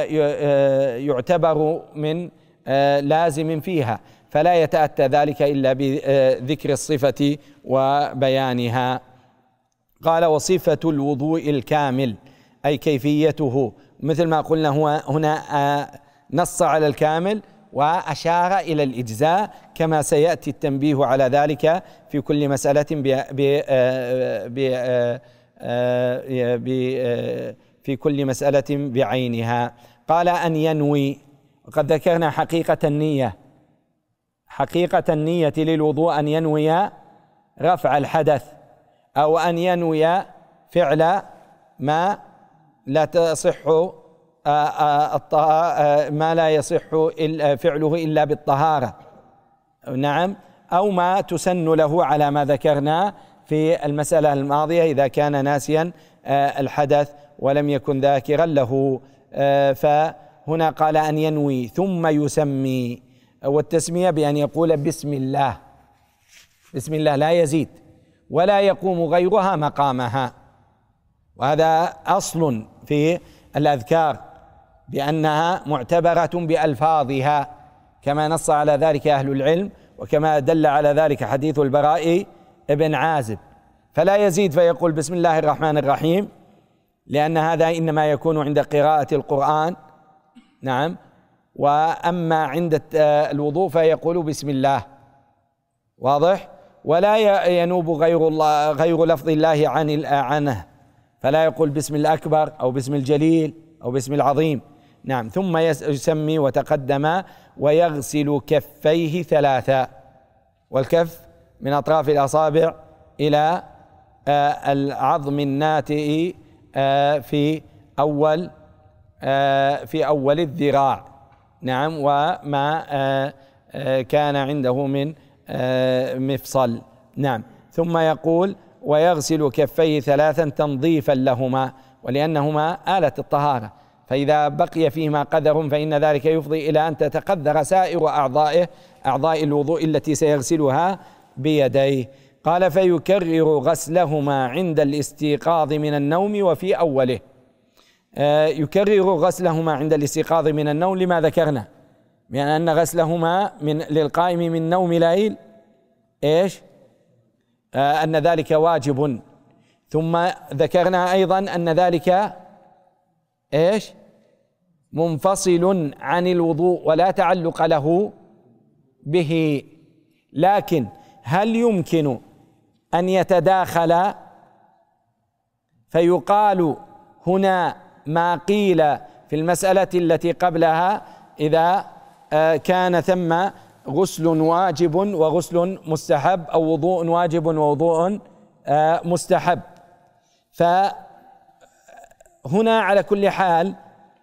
يعتبر من لازم فيها، فلا يتأتى ذلك إلا بذكر الصفة وبيانها. قال وصفة الوضوء الكامل أي كيفيته، مثل ما قلنا هنا نص على الكامل وأشار إلى الإجزاء، كما سيأتي التنبيه على ذلك في كل مسألة في كل مسألة بعينها. قال أن ينوي، وقد ذكرنا حقيقة النية للوضوء أن ينوي رفع الحدث أو أن ينوي فعل ما لا تصح ما لا يصح فعله إلا بالطهارة، نعم، أو ما تسن له على ما ذكرنا في المسألة الماضية إذا كان ناسيا الحدث ولم يكن ذاكرا له. فهنا قال أن ينوي ثم يسمي، والتسمية بأن يقول بسم الله لا يزيد ولا يقوم غيرها مقامها، وهذا أصل في الأذكار بأنها معتبرة بألفاظها كما نص على ذلك أهل العلم، وكما دل على ذلك حديث البراء ابن عازب، فلا يزيد فيقول بسم الله الرحمن الرحيم، لأن هذا إنما يكون عند قراءة القرآن، نعم، وأما عند الوضوء فيقول بسم الله. واضح؟ ولا ينوب غير لفظ الله عنه، فلا يقول باسم الأكبر أو باسم الجليل أو باسم العظيم. نعم. ثم يسمي وتقدم ويغسل كفيه ثلاثا، والكف من أطراف الأصابع إلى العظم الناتئ في أول الذراع، نعم، وما كان عنده من مفصل. نعم. ثم يقول ويغسل كفيه ثلاثا تنظيفا لهما، ولأنهما آلة الطهارة، فإذا بقي فيهما قدر فإن ذلك يفضي إلى أن تتقذر سائر أعضاء الوضوء التي سيغسلها بيديه. قال فيكرر غسلهما عند الاستيقاظ من النوم وفي أوله. يكرر غسلهما عند الاستيقاظ من النوم لما ذكرنا من أن غسلهما للقائم من نوم ليل أن ذلك واجب، ثم ذكرنا أيضا أن ذلك منفصل عن الوضوء ولا تعلق له به. لكن هل يمكن أن يتداخل فيقال هنا ما قيل في المسألة التي قبلها إذا كان ثم غسل واجب وغسل مستحب، أو وضوء واجب ووضوء مستحب؟ فهنا على كل حال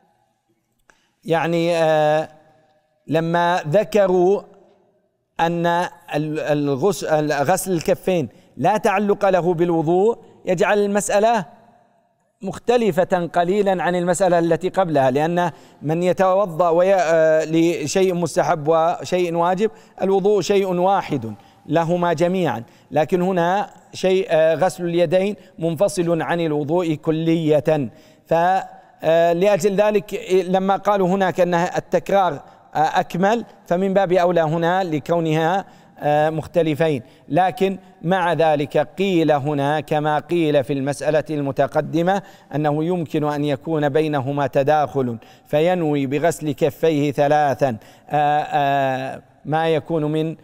يعني لما ذكروا أن غسل الكفين لا تعلق له بالوضوء يجعل المسألة مختلفة قليلا عن المسألة التي قبلها، لأن من يتوضأ لشيء مستحب وشيء واجب الوضوء شيء واحد، لهما جميعا، لكن هنا شيء غسل اليدين منفصل عن الوضوء كلية. فلأجل ذلك لما قالوا هناك أن التكرار أكمل فمن باب أولى هنا لكونها مختلفين. لكن مع ذلك قيل هنا كما قيل في المسألة المتقدمة أنه يمكن أن يكون بينهما تداخل، فينوي بغسل كفيه ثلاثا ما يكون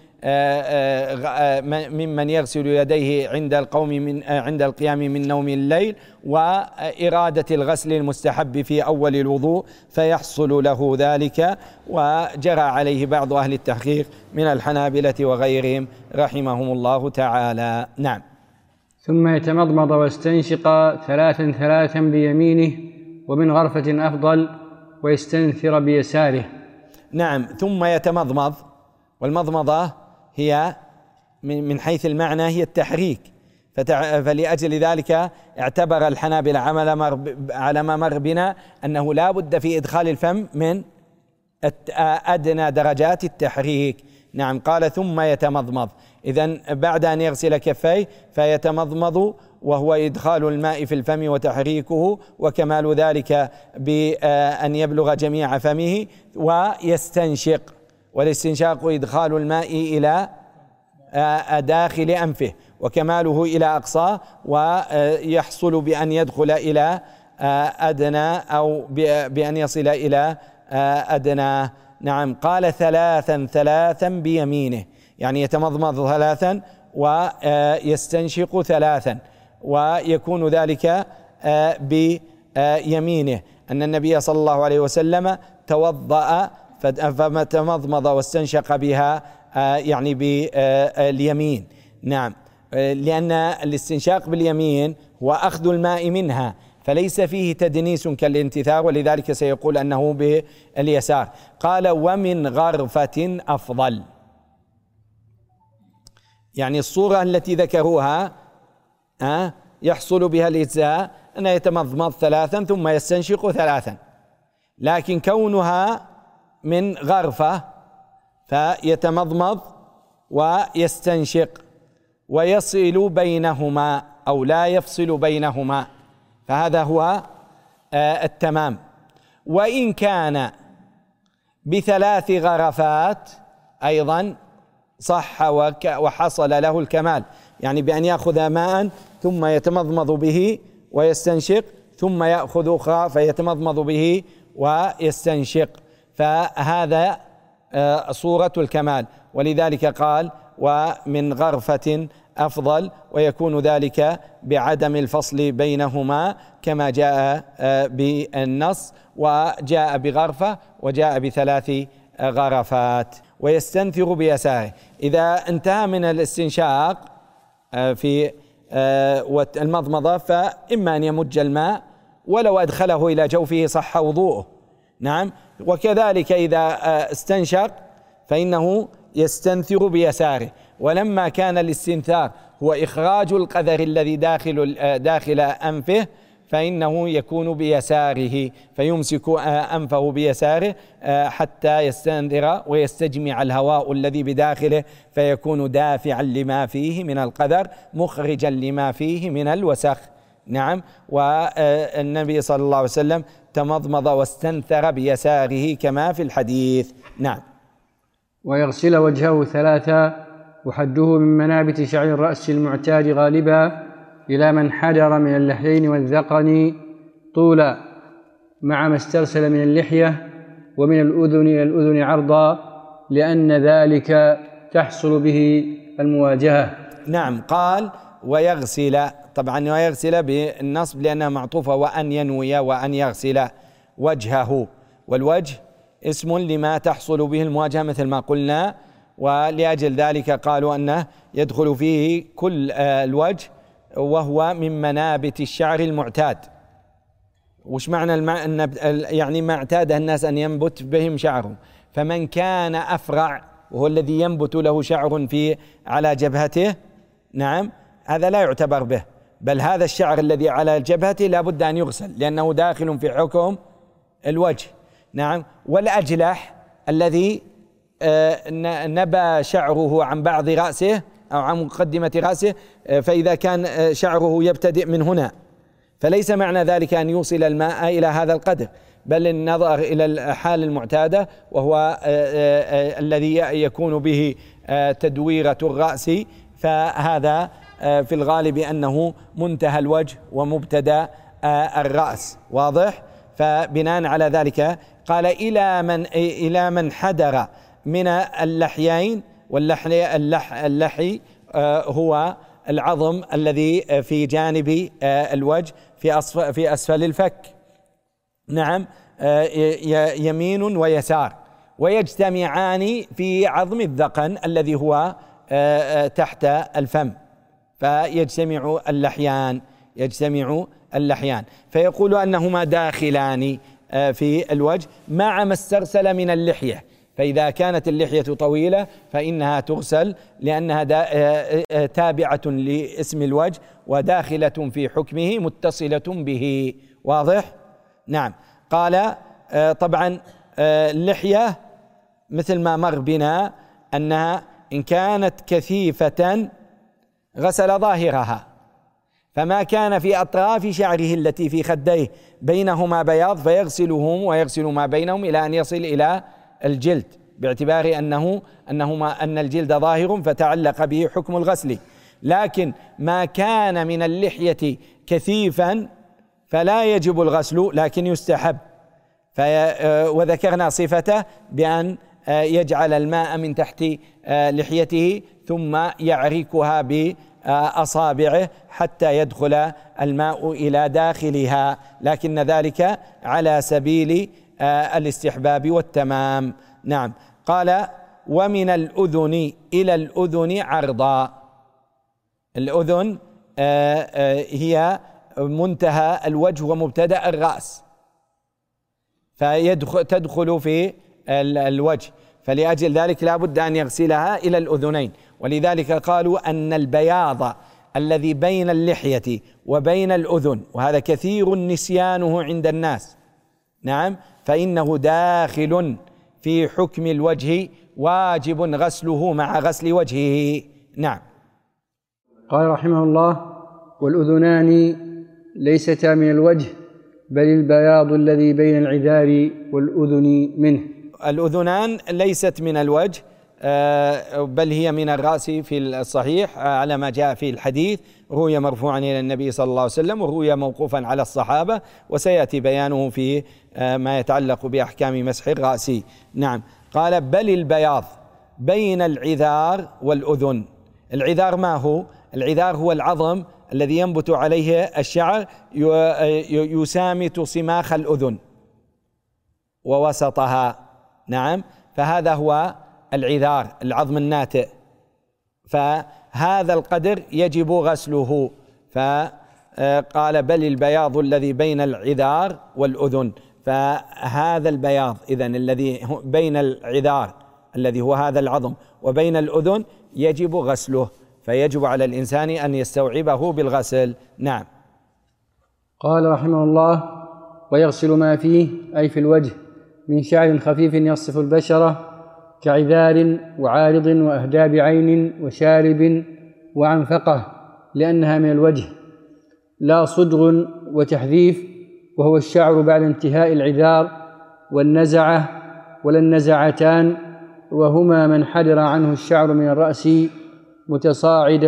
ممن يغسل يديه عند القيام من نوم الليل، وإرادة الغسل المستحب في أول الوضوء فيحصل له ذلك. وجرى عليه بعض أهل التحقيق من الحنابلة وغيرهم رحمهم الله تعالى. نعم. ثم يتمضمض واستنشق ثلاثا بيمينه ومن غرفة أفضل، ويستنثر بيساره. نعم. ثم يتمضمض، والمضمضة هي من حيث المعنى هي التحريك، فلأجل ذلك اعتبر الحنابلة على ما مر بنا أنه لا بد في إدخال الفم من أدنى درجات التحريك. نعم. قال ثم يتمضمض، إذن بعد أن يغسل كفيه فيتمضمض، وهو إدخال الماء في الفم وتحريكه، وكمال ذلك بأن يبلغ جميع فمه، ويستنشق، والاستنشاق إدخال الماء إلى داخل أنفه، وكماله إلى أقصاه، ويحصل بأن يدخل إلى أدنى أو بأن يصل إلى أدنى. نعم. قال ثلاثا بيمينه، يعني يتمضمض ثلاثا ويستنشق ثلاثا، ويكون ذلك بيمينه، أن النبي صلى الله عليه وسلم توضأ فتمضمض واستنشق بها يعني باليمين. نعم. لأن الاستنشاق باليمين هو أخذ الماء منها، فليس فيه تدنيس كالانتثار، ولذلك سيقول أنه باليسار. قال ومن غرفة أفضل، يعني الصورة التي ذكروها يحصل بها الإجزاء أن يتمضمض ثلاثا ثم يستنشق ثلاثا، لكن كونها من غرفة فيتمضمض ويستنشق ويصل بينهما أو لا يفصل بينهما، فهذا هو التمام. وإن كان بثلاث غرفات أيضا صح وحصل له الكمال، يعني بأن يأخذ ماء ثم يتمضمض به ويستنشق، ثم يأخذ أخرى فيتمضمض به ويستنشق، فهذا صورة الكمال. ولذلك قال ومن غرفة أفضل، ويكون ذلك بعدم الفصل بينهما كما جاء بالنص، وجاء بغرفة وجاء بثلاث غرفات. ويستنثر بيساره، إذا انتهى من الاستنشاق في المضمضة فإما أن يمج الماء، ولو أدخله إلى جوفه صح وضوءه. نعم. وكذلك إذا استنشق فإنه يستنثر بيساره، ولما كان الاستنثار هو إخراج القذر الذي داخل أنفه فإنه يكون بيساره، فيمسك أنفه بيساره حتى يستنثر ويستجمع الهواء الذي بداخله، فيكون دافعا لما فيه من القذر مخرجا لما فيه من الوسخ. نعم. والنبي صلى الله عليه وسلم تمضمض واستنثر بيساره كما في الحديث. نعم. ويغسل وجهه ثلاثا، وحده من منابت شعر الرأس المعتاد غالبا إلى من حدر من اللحيين والذقن طولا، مع ما استرسل من اللحية، ومن الأذن إلى الأذن عرضا، لأن ذلك تحصل به المواجهة. نعم. قال ويغسل، طبعا ويغسل بالنصب لأنها معطوفة، وأن ينوي وأن يغسل وجهه، والوجه اسم لما تحصل به المواجهة مثل ما قلنا، ولأجل ذلك قالوا أنه يدخل فيه كل الوجه، وهو من منابت الشعر المعتاد. وش معنى يعني ما اعتاد الناس أن ينبت بهم شعرهم، فمن كان أفرع وهو الذي ينبت له شعر على جبهته، نعم، هذا لا يعتبر به، بل هذا الشعر الذي على جبهته لا بد أن يغسل لأنه داخل في حكم الوجه. نعم. والأجلح الذي نبى شعره عن بعض رأسه أو عن مقدمة رأسه، فإذا كان شعره يبتدئ من هنا فليس معنى ذلك أن يوصل الماء إلى هذا القدر، بل النظر إلى الحال المعتادة وهو الذي يكون به تدويرة الرأس، فهذا في الغالب أنه منتهى الوجه ومبتدأ الرأس. واضح؟ فبناء على ذلك قال إلى من حدر من اللحيين، واللحي هو العظم الذي في جانب الوجه في أسفل الفك، نعم، يمين ويسار، ويجتمعان في عظم الذقن الذي هو تحت الفم، فيجتمع اللحيان، فيقول أنهما داخلان في الوجه مع ما استرسل من اللحية. فإذا كانت اللحية طويلة فإنها تغسل لأنها تابعة لاسم الوجه وداخلة في حكمه متصلة به. واضح؟ نعم. قال طبعا اللحية مثل ما مر بنا أنها إن كانت كثيفة غسل ظاهرها، فما كان في أطراف شعره التي في خديه بينهما بياض فيغسلهم ويغسل ما بينهم إلى أن يصل إلى الجلد، باعتبار أن الجلد ظاهر فتعلق به حكم الغسل. لكن ما كان من اللحية كثيفا فلا يجب الغسل لكن يستحب، وذكرنا صفته بأن يجعل الماء من تحت لحيته ثم يعركها بأصابعه حتى يدخل الماء إلى داخلها، لكن ذلك على سبيل الاستحباب والتمام. نعم. قال ومن الأذن إلى الأذن عرضا. الأذن هي منتهى الوجه ومبتدأ الرأس، فتدخل في الوجه، فلأجل ذلك لا بد أن يغسلها إلى الأذنين. ولذلك قالوا أن البياض الذي بين اللحية وبين الأذن، وهذا كثير نسيانه عند الناس، نعم، فإنه داخل في حكم الوجه واجب غسله مع غسل وجهه. نعم. قال رحمه الله: والأذنان ليستا من الوجه بل البياض الذي بين العذار والأذن منه. الأذنان ليست من الوجه بل هي من الرأس في الصحيح على ما جاء في الحديث، روي مرفوعا إلى النبي صلى الله عليه وسلم وروي موقوفا على الصحابة، وسيأتي بيانه في ما يتعلق بأحكام مسح الرأس. نعم. قال بل البياض بين العذار والأذن. العذار ما هو؟ العذار هو العظم الذي ينبت عليه الشعر يسامت صماخ الأذن ووسطها، نعم، فهذا هو العذار، العظم الناتئ، فهذا القدر يجب غسله. فقال بل البياض الذي بين العذار والأذن، فهذا البياض إذن الذي بين العذار الذي هو هذا العظم وبين الأذن يجب غسله، فيجب على الإنسان أن يستوعبه بالغسل. نعم. قال رحمه الله: ويغسل ما فيه أي في الوجه من شعر خفيف يصف البشرة كعذار وعارض وأهداب عين وشارب وعنفقة، لأنها من الوجه، لا صدغ وتحذيف وهو الشعر بعد انتهاء العذار، والنزعة ولا النزعتان وهما من حدر عنه الشعر من الرأس متصاعدا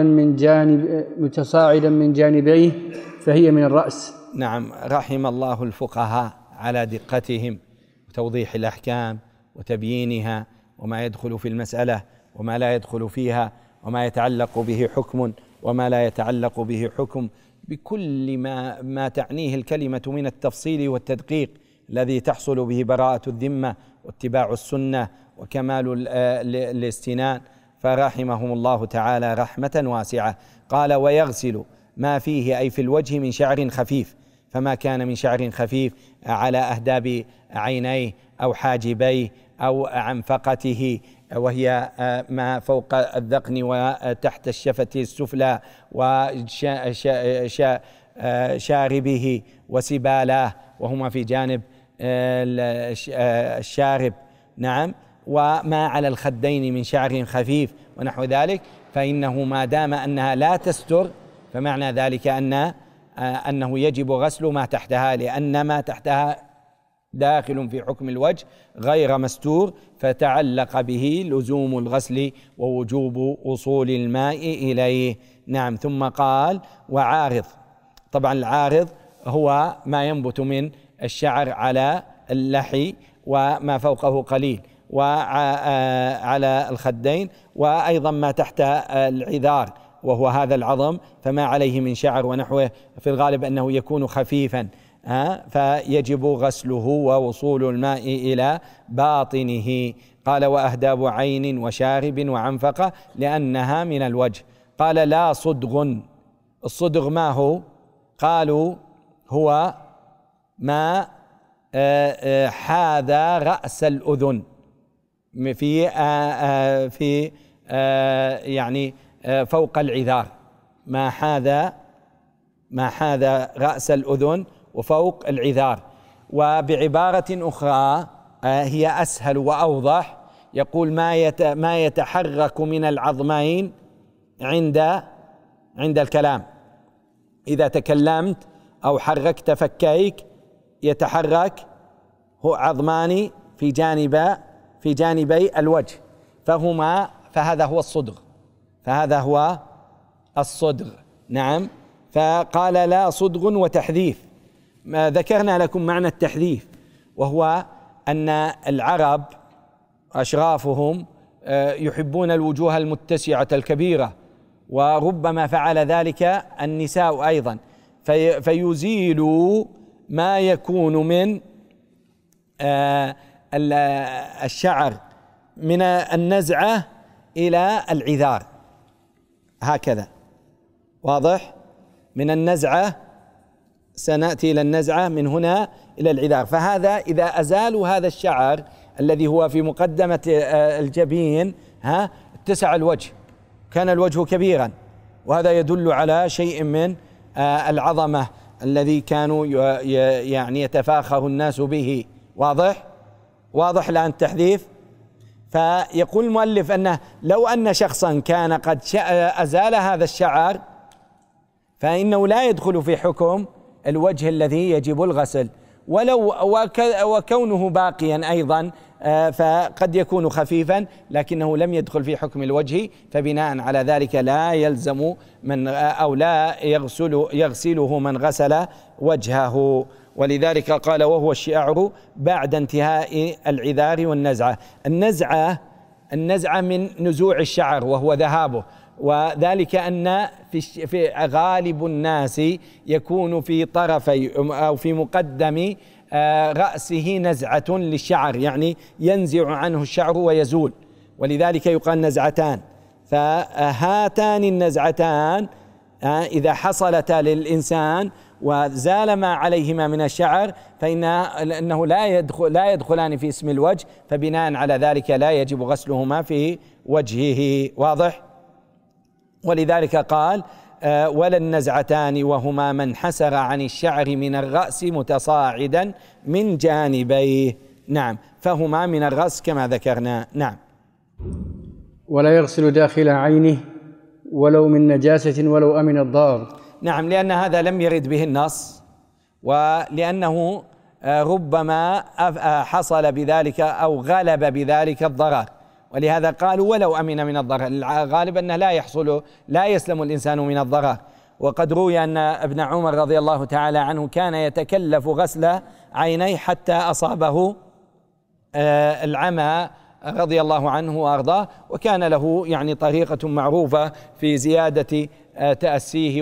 من جانبيه فهي من الرأس. نعم. رحم الله الفقهاء على دقتهم وتوضيح الأحكام وتبيينها وما يدخل في المسألة وما لا يدخل فيها وما يتعلق به حكم وما لا يتعلق به حكم، بكل ما تعنيه الكلمة من التفصيل والتدقيق الذي تحصل به براءة الذمة واتباع السنة وكمال الاستنان، فرحمهم الله تعالى رحمة واسعة. قال ويغسل ما فيه أي في الوجه من شعر خفيف، فما كان من شعر خفيف على أهداب عينيه أو حاجبيه أو عنفقته، وهي ما فوق الذقن وتحت الشفة السفلى وشاربه وسبالاه وهما في جانب الشارب، نعم، وما على الخدين من شعر خفيف ونحو ذلك، فإنه ما دام أنها لا تستر فمعنى ذلك أنه يجب غسل ما تحتها، لأن ما تحتها داخل في حكم الوجه غير مستور، فتعلق به لزوم الغسل ووجوب وصول الماء إليه. نعم. ثم قال وعارض. طبعا العارض هو ما ينبت من الشعر على اللحي وما فوقه قليل وعلى الخدين، وأيضا ما تحت العذار وهو هذا العظم، فما عليه من شعر ونحوه في الغالب أنه يكون خفيفا، فيجب غسله ووصول الماء إلى باطنه. قال وأهداب عين وشارب وعنفقة لأنها من الوجه. قال لا صدغ. الصدغ ما هو؟ قالوا هو ما حاذا رأس الأذن في يعني فوق العذار، ما حاذا رأس الأذن وفوق العذار. وبعبارة أخرى هي أسهل وأوضح، يقول ما يتحرك من العظمين عند الكلام. إذا تكلمت أو حركت فكيك يتحرك هو عظمان في جانبي الوجه، فهذا هو الصدغ. نعم. فقال لا صدغ وتحذيف. ما ذكرنا لكم معنى التحذيف، وهو أن العرب أشرافهم يحبون الوجوه المتسعة الكبيرة، وربما فعل ذلك النساء أيضا، فيزيلوا ما يكون من الشعر من النزعة إلى العذار، هكذا واضح؟ من النزعة سنأتي إلى النزعة من هنا إلى العذار. فهذا إذا أزالوا هذا الشعر الذي هو في مقدمة الجبين اتسع الوجه، كان الوجه كبيرا، وهذا يدل على شيء من العظمة الذي كانوا يعني يتفاخر الناس به. واضح الآن التحذيف. فيقول المؤلف أنه لو أن شخصا كان قد أزال هذا الشعر فإنه لا يدخل في حكم الوجه الذي يجب الغسل، وكونه باقيا أيضا فقد يكون خفيفا لكنه لم يدخل في حكم الوجه، فبناء على ذلك لا يلزم من أو لا يغسله من غسل وجهه. ولذلك قال وهو الشعر بعد انتهاء العذار والنزعة. النزعة من نزوع الشعر وهو ذهابه، وذلك أن في غالب الناس يكون في طرفي أو في مقدم رأسه نزعة للشعر، يعني ينزع عنه الشعر ويزول، ولذلك يقال نزعتان. فهاتان النزعتان إذا حصلتا للإنسان وزال ما عليهما من الشعر فإنه لا يدخلان في اسم الوجه، فبناء على ذلك لا يجب غسلهما في وجهه. واضح؟ ولذلك قال ولا النزعتان وهما ما انحسر عن الشعر من الرأس متصاعدا من جانبيه. نعم. فهما من الرأس كما ذكرنا. نعم. ولا يغسل داخل عينه ولو من نجاسة ولو أمن الضار. نعم، لأن هذا لم يرد به النص، ولأنه ربما حصل بذلك أو غلب بذلك الضرر، ولهذا قالوا ولو أمن من الضرر. الغالب أنه لا يسلم الإنسان من الضرر. وقد روي أن ابن عمر رضي الله تعالى عنه كان يتكلف غسل عينيه حتى أصابه العمى رضي الله عنه وأرضاه، وكان له يعني طريقة معروفة في زيادة تأسيه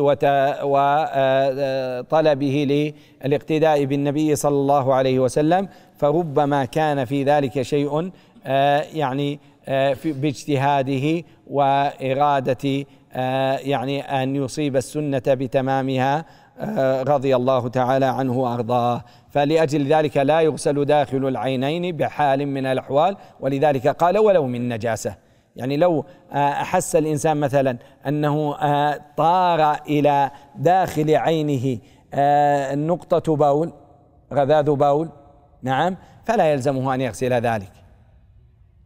وطلبه للاقتداء بالنبي صلى الله عليه وسلم، فربما كان في ذلك شيء يعني باجتهاده وإرادة يعني أن يصيب السنة بتمامها رضي الله تعالى عنه وأرضاه. فلأجل ذلك لا يغسل داخل العينين بحال من الأحوال، ولذلك قال ولو من نجاسة. يعني لو أحس الإنسان مثلا أنه طار إلى داخل عينه نقطة بول، رذاذ بول، نعم، فلا يلزمه أن يغسل ذلك.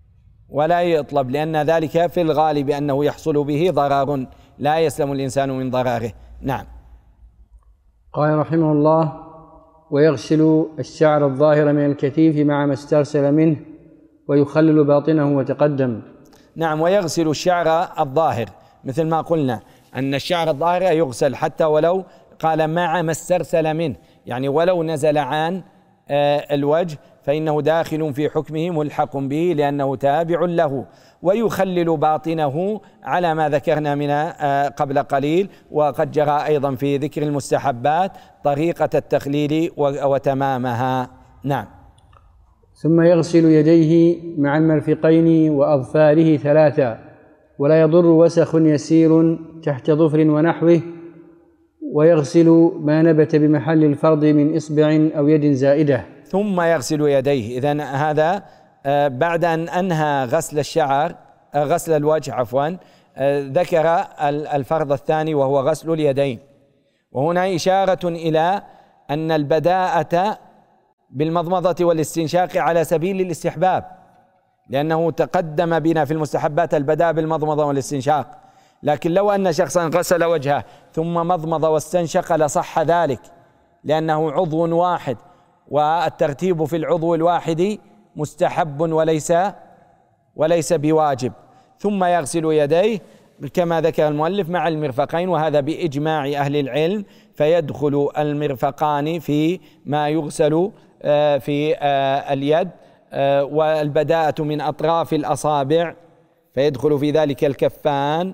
ولا يطلب، لأن ذلك في الغالب أنه يحصل به ضرر لا يسلم الإنسان من ضرره. نعم. قال رحمه الله: ويغسل الشعر الظاهر من الكتيف مع ما استرسل منه ويخلل باطنه وتقدم. نعم، ويغسل الشعر الظاهر، مثل ما قلنا أن الشعر الظاهر يغسل حتى ولو قال مع ما استرسل منه، يعني ولو نزل عن الوجه فإنه داخل في حكمه ملحق به لأنه تابع له. ويخلل باطنه على ما ذكرنا من قبل قليل، وقد جرى أيضا في ذكر المستحبات طريقة التخليل وتمامها. نعم. ثم يغسل يديه مع المرفقين وأظفاره 3، ولا يضر وسخ يسير تحت ظفر ونحوه. ويغسل ما نبت بمحل الفرض من إصبع أو يد زائدة. ثم يغسل يديه. إذن هذا بعد أن أنهى غسل الشعر، غسل الوجه عفوا، ذكر الفرض الثاني وهو غسل اليدين. وهنا إشارة إلى أن البداءة بالمضمضة والاستنشاق على سبيل الاستحباب، لأنه تقدم بنا في المستحبات البداء بالمضمضة والاستنشاق. لكن لو أن شخصا غسل وجهه ثم مضمض واستنشق لصح ذلك، لأنه عضو واحد، والترتيب في العضو الواحد مستحب وليس بواجب. ثم يغسل يديه كما ذكر المؤلف مع المرفقين، وهذا بإجماع أهل العلم، فيدخل المرفقان في ما يغسل في اليد، والبداءة من أطراف الأصابع فيدخل في ذلك الكفان،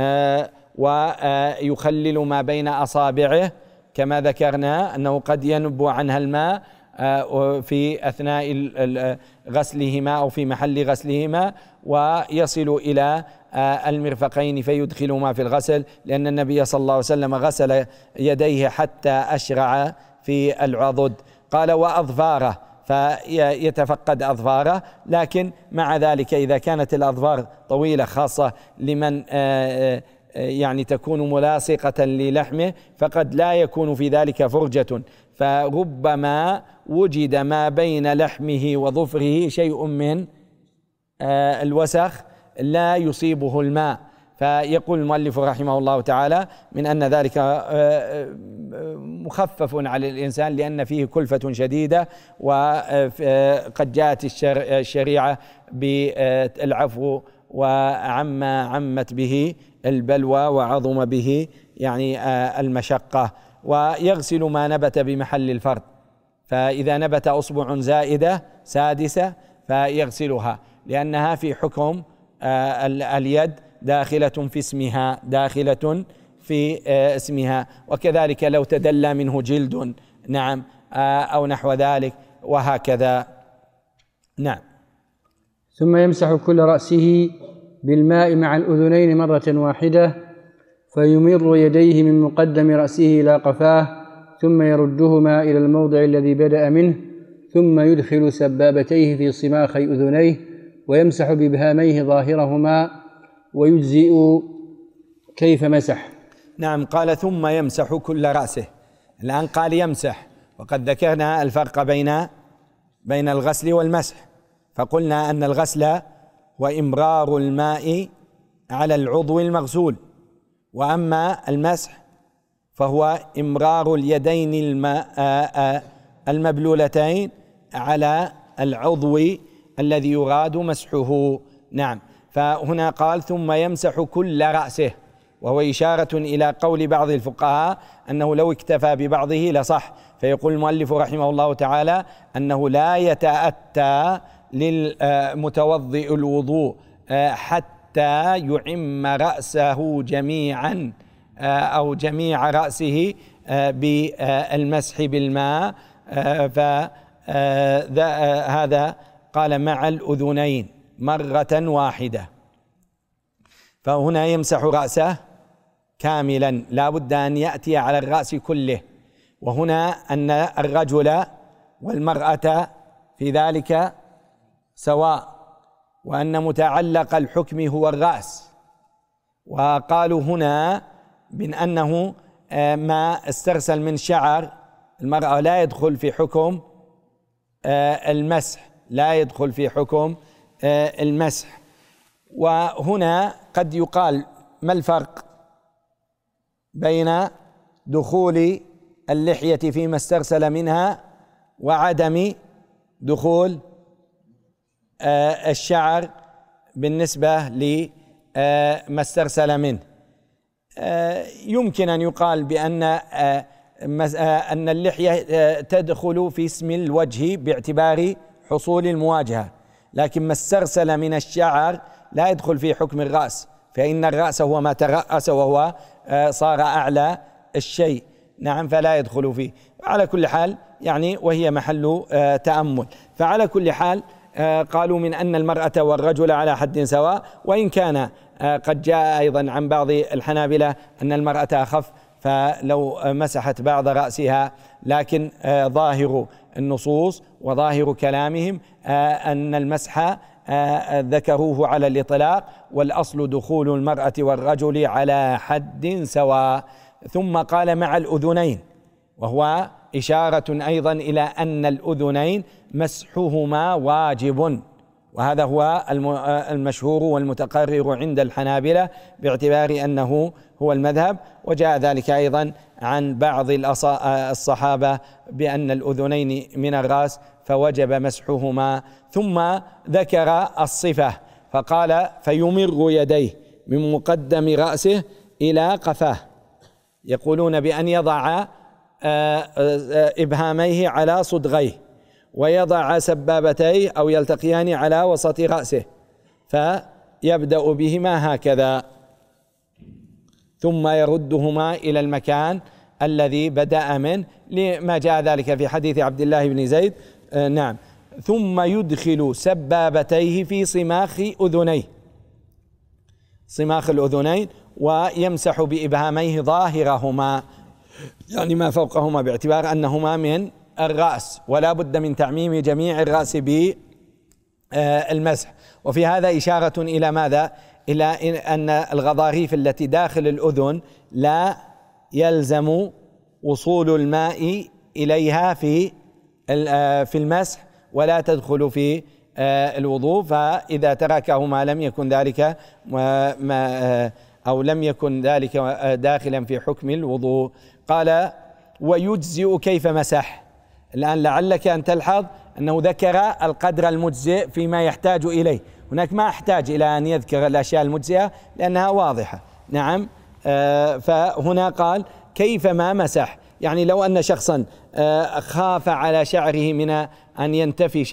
ويخلل ما بين أصابعه كما ذكرنا أنه قد ينبو عنها الماء في أثناء غسلهما أو في محل غسلهما، ويصل إلى المرفقين فيدخلهما في الغسل، لأن النبي صلى الله عليه وسلم غسل يديه حتى أشرع في العضد. قال وأظفاره، فيتفقد أظفاره، لكن مع ذلك إذا كانت الأظفار طويلة خاصة لمن يعني تكون ملاصقة للحمه فقد لا يكون في ذلك فرجة، فربما وجد ما بين لحمه وظفره شيء من الوسخ لا يصيبه الماء، فيقول المؤلف رحمه الله تعالى من أن ذلك مخفف على الإنسان لأن فيه كلفة شديدة، وقد جاءت الشريعة بالعفو وعما عمت به البلوى وعظم به يعني المشقة. ويغسل ما نبت بمحل الفرد، فإذا نبت أصبع زائدة سادسة فيغسلها، لأنها في حكم اليد داخلة في اسمها، وكذلك لو تدلى منه جلد نعم أو نحو ذلك وهكذا. نعم. ثم يمسح كل رأسه بالماء مع الأذنين مرة واحدة، فيمر يديه من مقدم رأسه إلى قفاه، ثم يردهما إلى الموضع الذي بدأ منه، ثم يدخل سبابتيه في صماخي أذنيه ويمسح بإبهاميه ظاهرهما ويجزئ كيف مسح. نعم. قال ثم يمسح كل رأسه، الآن قال يمسح، وقد ذكرنا الفرق بين الغسل والمسح، فقلنا أن الغسل وإمرار الماء على العضو المغسول، وأما المسح فهو إمرار اليدين المبلولتين على العضو الذي يراد مسحه. نعم. فهنا قال ثم يمسح كل رأسه، وهو إشارة إلى قول بعض الفقهاء أنه لو اكتفى ببعضه لصح، فيقول المؤلف رحمه الله تعالى أنه لا يتأتى للمتوضئ الوضوء حتى يعم رأسه جميعا أو جميع رأسه بالمسح بالماء، فهذا قال مع الأذنين مرة واحدة. فهنا يمسح رأسه كاملا، لا بد أن يأتي على الرأس كله، وهنا أن الرجل والمرأة في ذلك سواء، وأن متعلق الحكم هو الرأس. وقالوا هنا من أنه ما استرسل من شعر المرأة لا يدخل في حكم المسح، لا يدخل في حكم المسح. وهنا قد يقال ما الفرق بين دخول اللحية فيما استرسل منها وعدم دخول الشعر بالنسبة لما استرسل منه؟ يمكن أن يقال بأن اللحية تدخل في اسم الوجه باعتبار حصول المواجهة، لكن ما استرسل من الشعر لا يدخل في حكم الرأس، فإن الرأس هو ما ترأس وهو صار أعلى الشيء. نعم، فلا يدخل فيه. على كل حال يعني وهي محل تأمل. فعلى كل حال قالوا من أن المرأة والرجل على حد سواء، وإن كان قد جاء أيضا عن بعض الحنابلة أن المرأة أخف فلو مسحت بعض رأسها، لكن ظاهر النصوص وظاهر كلامهم أن المسح ذكروه على الإطلاق، والأصل دخول المرأة والرجل على حد سواء. ثم قال مع الأذنين، وهو إشارة أيضا إلى أن الأذنين مسحهما واجب، وهذا هو المشهور والمتقرر عند الحنابلة باعتبار أنه هو المذهب. وجاء ذلك أيضا عن بعض الصحابة بأن الأذنين من الرأس فوجب مسحهما. ثم ذكر الصفة فقال فيمر يديه من مقدم رأسه إلى قفاه، يقولون بأن يضع إبهاميه على صدغيه ويضع سبابتيه أو يلتقيان على وسط رأسه، فيبدأ بهما هكذا ثم يردهما إلى المكان الذي بدأ منه، لما جاء ذلك في حديث عبد الله بن زيد. نعم. ثم يدخل سبابتيه في صماخ أذنيه، صماخ الأذنين، ويمسح بإبهاميه ظاهرهما يعني ما فوقهما، باعتبار أنهما من الرأس ولا بد من تعميم جميع الرأس بالمسح. وفي هذا إشارة إلى ماذا؟ إلى أن الغضاريف التي داخل الأذن لا يلزم وصول الماء إليها في المسح ولا تدخل في الوضوء، فإذا تركه ما لم يكن ذلك أو لم يكن ذلك داخلا في حكم الوضوء. قال ويجزئ كيف مسح. الآن لعلك أن تلحظ أنه ذكر القدر المجزئ فيما يحتاج إليه، هناك ما أحتاج إلى أن يذكر الأشياء المجزئة لأنها واضحة. نعم. فهنا قال كيف ما مسح، يعني لو أن شخصا خاف على شعره من أن ينتفش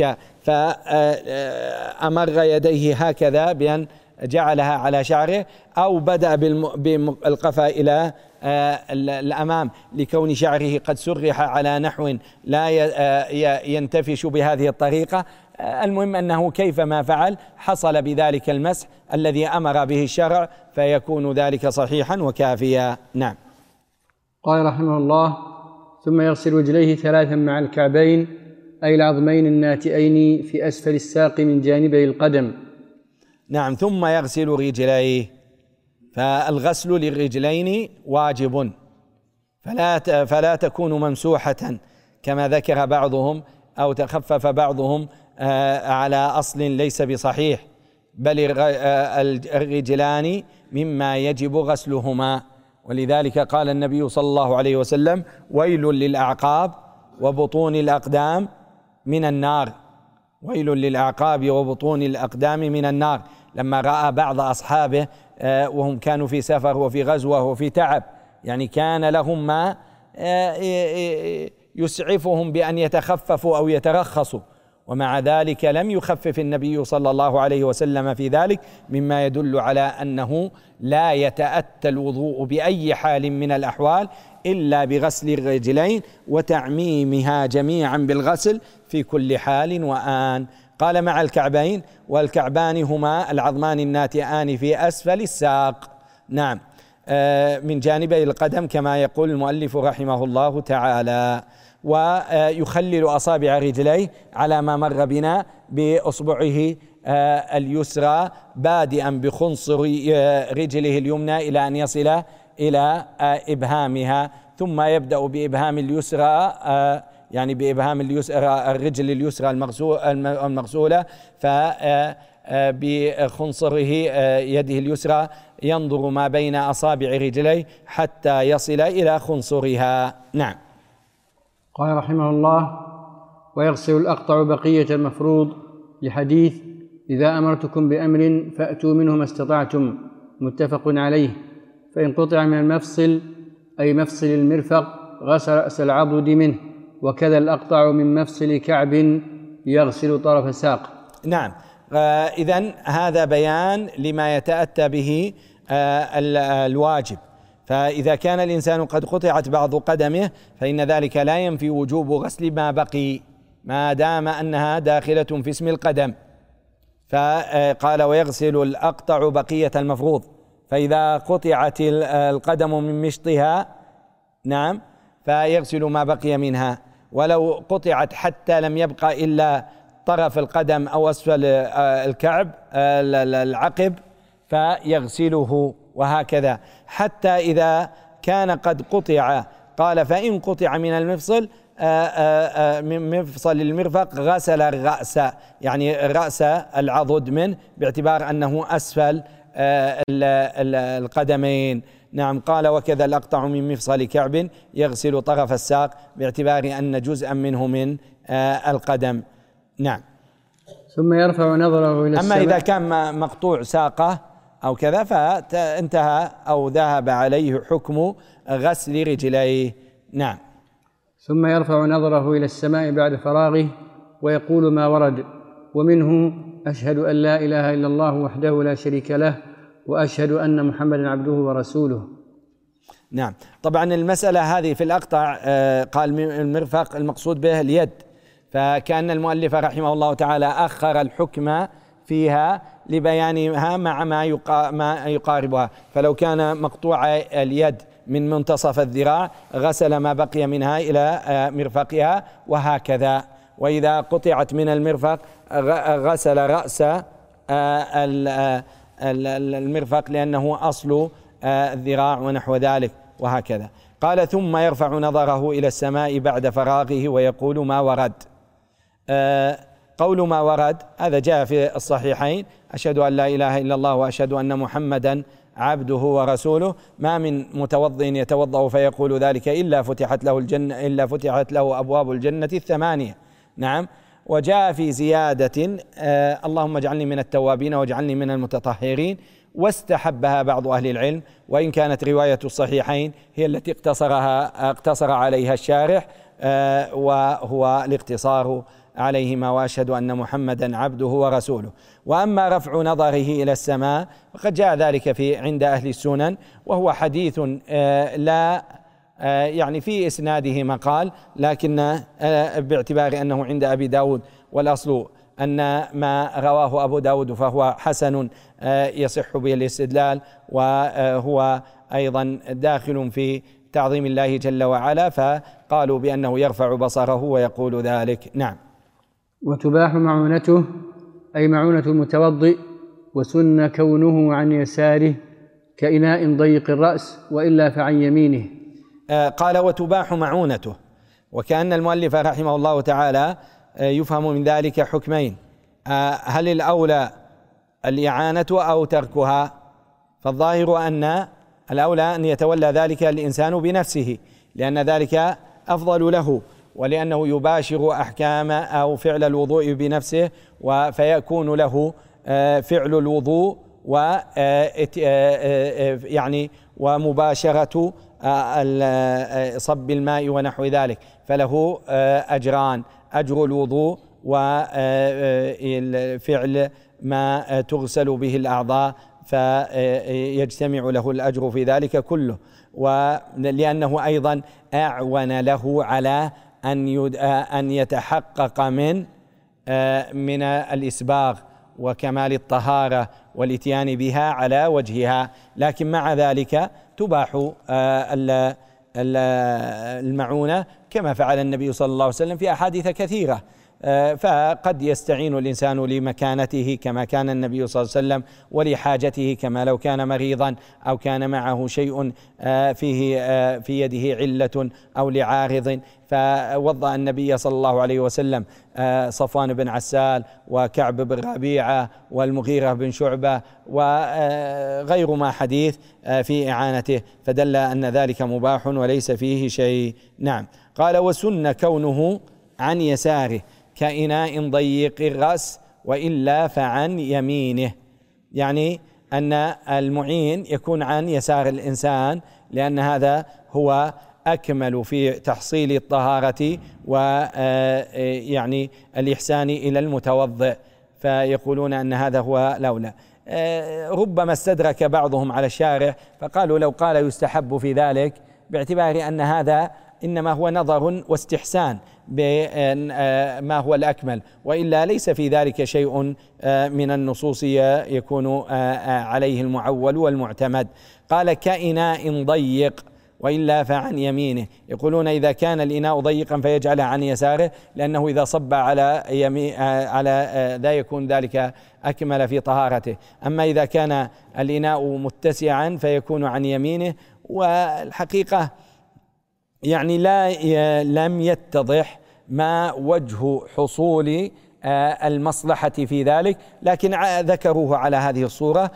فأمر يديه هكذا بأن جعلها على شعره، أو بدأ بالقفا إلى الأمام لكون شعره قد سرح على نحو لا ينتفش بهذه الطريقة. المهم أنه كيفما فعل حصل بذلك المسح الذي أمر به الشرع، فيكون ذلك صحيحا وكافيا. نعم. قال رحمه الله ثم يغسل رجليه 3 مع الكعبين، أي العظمين الناتئين في أسفل الساق من جانبي القدم. نعم. ثم يغسل رجليه، فالغسل للرجلين واجب، فلا تكون ممسوحة كما ذكر بعضهم أو تخفف بعضهم على أصل ليس بصحيح، بل الرجلان مما يجب غسلهما. ولذلك قال النبي صلى الله عليه وسلم ويل للأعقاب وبطون الأقدام من النار، ويل للأعقاب وبطون الأقدام من النار، لما رأى بعض أصحابه وهم كانوا في سفر وفي غزوة وفي تعب، يعني كان لهم ما يسعفهم بأن يتخففوا أو يترخصوا، ومع ذلك لم يخفف النبي صلى الله عليه وسلم في ذلك، مما يدل على أنه لا يتأتى الوضوء بأي حال من الأحوال إلا بغسل الرجلين وتعميمها جميعا بالغسل في كل حال وآن. قال مع الكعبين، والكعبان هما العظمان الناتئان في أسفل الساق. نعم. من جانبي القدم كما يقول المؤلف رحمه الله تعالى. ويخلل أصابع رجليه على ما مر بنا بأصبعه اليسرى بادئا بخنصر رجله اليمنى إلى أن يصل إلى إبهامها، ثم يبدأ بإبهام اليسرى يعني بإبهام اليسرى الرجل اليسرى المغسولة، بخنصره يده اليسرى ينظر ما بين أصابع رجليه حتى يصل إلى خنصرها. نعم. قال رحمه الله: ويغسل الأقطع بقية المفروض، لحديث: إذا أمرتكم بأمر فأتوا منه ما استطعتم، متفق عليه. فإن قطع من المفصل أي مفصل المرفق غسل رأس العضد منه، وكذا الأقطع من مفصل كعب يغسل طرف ساق. نعم. إذن هذا بيان لما يتأتى به الواجب. فإذا كان الإنسان قد قطعت بعض قدمه فإن ذلك لا ينفي وجوب غسل ما بقي ما دام أنها داخلة في اسم القدم. فقال: ويغسل الأقطع بقية المفروض. فإذا قطعت القدم من مشطها، نعم، فيغسل ما بقي منها. ولو قطعت حتى لم يبقى إلا طرف القدم أو أسفل الكعب العقب فيغسله، وهكذا حتى إذا كان قد قطع. قال: فإن قطع من المفصل من مفصل المرفق غسل الرأس، يعني رأس العضد منه، باعتبار أنه أسفل القدمين. نعم. قال: وكذا الأقطع من مفصل كعب يغسل طرف الساق، باعتبار أن جزءا منه من القدم. نعم. ثم يرفع نظره إلى السماء. أما إذا كان مقطوع ساقه أو كذا فانتهى أو ذهب عليه حكم غسل رجليه. نعم. ثم يرفع نظره إلى السماء بعد فراغه ويقول ما ورد، ومنه: أشهد أن لا إله إلا الله وحده لا شريك له، وأشهد أن محمدا عبده ورسوله. نعم. طبعا المسألة هذه في الأقطع قال المرفق المقصود به اليد، فكأن المؤلف رحمه الله تعالى أخر الحكم فيها لبيانها مع ما يقاربها. فلو كان مقطوع اليد من منتصف الذراع غسل ما بقي منها إلى مرفقها، وهكذا. وإذا قطعت من المرفق غسل رأس المرفق لأنه أصل الذراع ونحو ذلك، وهكذا. قال: ثم يرفع نظره إلى السماء بعد فراغه ويقول ما ورد. قول ما ورد هذا جاء في الصحيحين: أشهد أن لا إله إلا الله وأشهد أن محمدا عبده ورسوله. ما من متوضٍ يتوضأ فيقول ذلك إلا فتحت له أبواب الجنة 8. نعم. وجاء في زيادة: اللهم اجعلني من التوابين واجعلني من المتطهرين. واستحبها بعض أهل العلم، وإن كانت رواية الصحيحين هي التي اقتصر عليها الشارح، وهو الاقتصار عليهما: وأشهد أن محمدا عبده ورسوله. وأما رفع نظره إلى السماء فقد جاء ذلك عند أهل السنن، وهو حديث لا يعني في إسناده مقال، لكن باعتبار أنه عند أبي داود، والأصل أن ما رواه أبو داود فهو حسن يصح به الاستدلال، وهو أيضا داخل في تعظيم الله جل وعلا، فقالوا بأنه يرفع بصره ويقول ذلك. نعم. وتباح معونته أي معونة المتوضئ، وسن كونه عن يساره كإناء ضيق الرأس، وإلا فعن يمينه. قال: وتباح معونته. وكأن المؤلف رحمه الله تعالى يفهم من ذلك حكمين: هل الأولى الإعانة أو تركها؟ فالظاهر أن الأولى أن يتولى ذلك الإنسان بنفسه، لأن ذلك أفضل له، ولأنه يباشر أحكام أو فعل الوضوء بنفسه، فيكون له فعل الوضوء يعني ومباشرة صب الماء ونحو ذلك، فله أجران: أجر الوضوء وفعل ما تغسل به الأعضاء، فيجتمع له الأجر في ذلك كله. ولأنه أيضا أعون له على أن يتحقق من الإسباغ وكمال الطهارة والإتيان بها على وجهها. لكن مع ذلك تباح المعونة كما فعل النبي صلى الله عليه وسلم في أحاديث كثيرة، فقد يستعين الإنسان لمكانته كما كان النبي صلى الله عليه وسلم، ولحاجته كما لو كان مريضا أو كان معه شيء فيه في يده علة أو لعارض، فوضأ النبي صلى الله عليه وسلم صفوان بن عسال وكعب بن ربيعة والمغيرة بن شعبة وغير ما حديث في إعانته، فدل أن ذلك مباح وليس فيه شيء. نعم. قال: وسن كونه عن يساره كإناء ضيق الرأس وإلا فعن يمينه، يعني أن المعين يكون عن يسار الإنسان، لأن هذا هو أكمل في تحصيل الطهارة ويعني الإحسان إلى المتوضئ، فيقولون أن هذا هو الأولى. ربما استدرك بعضهم على الشارع فقالوا لو قال يستحب في ذلك، باعتبار أن هذا إنما هو نظر واستحسان بما هو الأكمل، وإلا ليس في ذلك شيء من النصوص يكون عليه المعول والمعتمد. قال: كإناء ضيق وإلا فعن يمينه، يقولون إذا كان الإناء ضيقا فيجعله عن يساره، لأنه إذا صب على ذا يكون ذلك أكمل في طهارته. أما إذا كان الإناء متسعا فيكون عن يمينه. والحقيقة يعني لم يتضح ما وجه حصول المصلحة في ذلك، لكن ذكروه على هذه الصورة،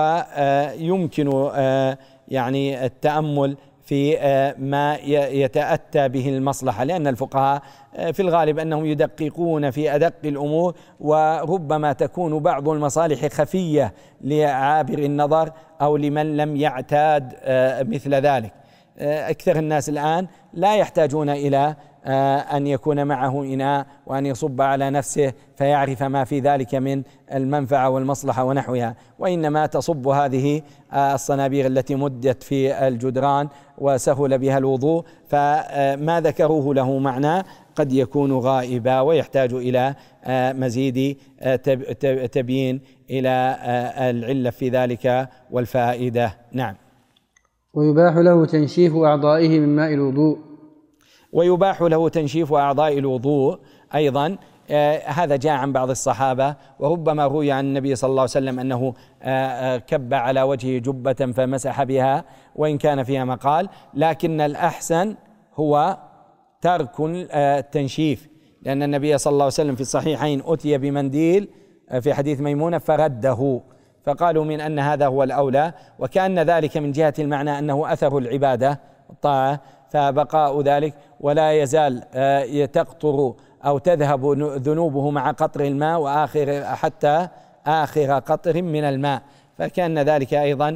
ويمكن يعني التأمل في ما يتأتى به المصلحة، لأن الفقهاء في الغالب أنهم يدققون في أدق الأمور، وربما تكون بعض المصالح خفية لعابر النظر أو لمن لم يعتاد مثل ذلك. أكثر الناس الآن لا يحتاجون إلى أن يكون معه إناء وأن يصب على نفسه فيعرف ما في ذلك من المنفعة والمصلحة ونحوها، وإنما تصب هذه الصنابير التي مدت في الجدران وسهل بها الوضوء، فما ذكروه له معنى قد يكون غائبا ويحتاج إلى مزيد تبيين إلى العلة في ذلك والفائدة. نعم. ويباح له تنشيف أعضائه من ماء الوضوء. ويباح له تنشيف أعضاء الوضوء أيضا، هذا جاء عن بعض الصحابة، وربما روي عن النبي صلى الله عليه وسلم أنه كب على وجهه جبة فمسح بها، وإن كان فيها مقال، لكن الأحسن هو ترك التنشيف، لأن النبي صلى الله عليه وسلم في الصحيحين أتي بمنديل في حديث ميمونة فرده، فقالوا من أن هذا هو الأولى، وكأن ذلك من جهة المعنى أنه أثر العبادة الطاعة، فبقاء ذلك ولا يزال تقطر أو تذهب ذنوبه مع قطر الماء وآخر حتى آخر قطر من الماء، فكان ذلك أيضا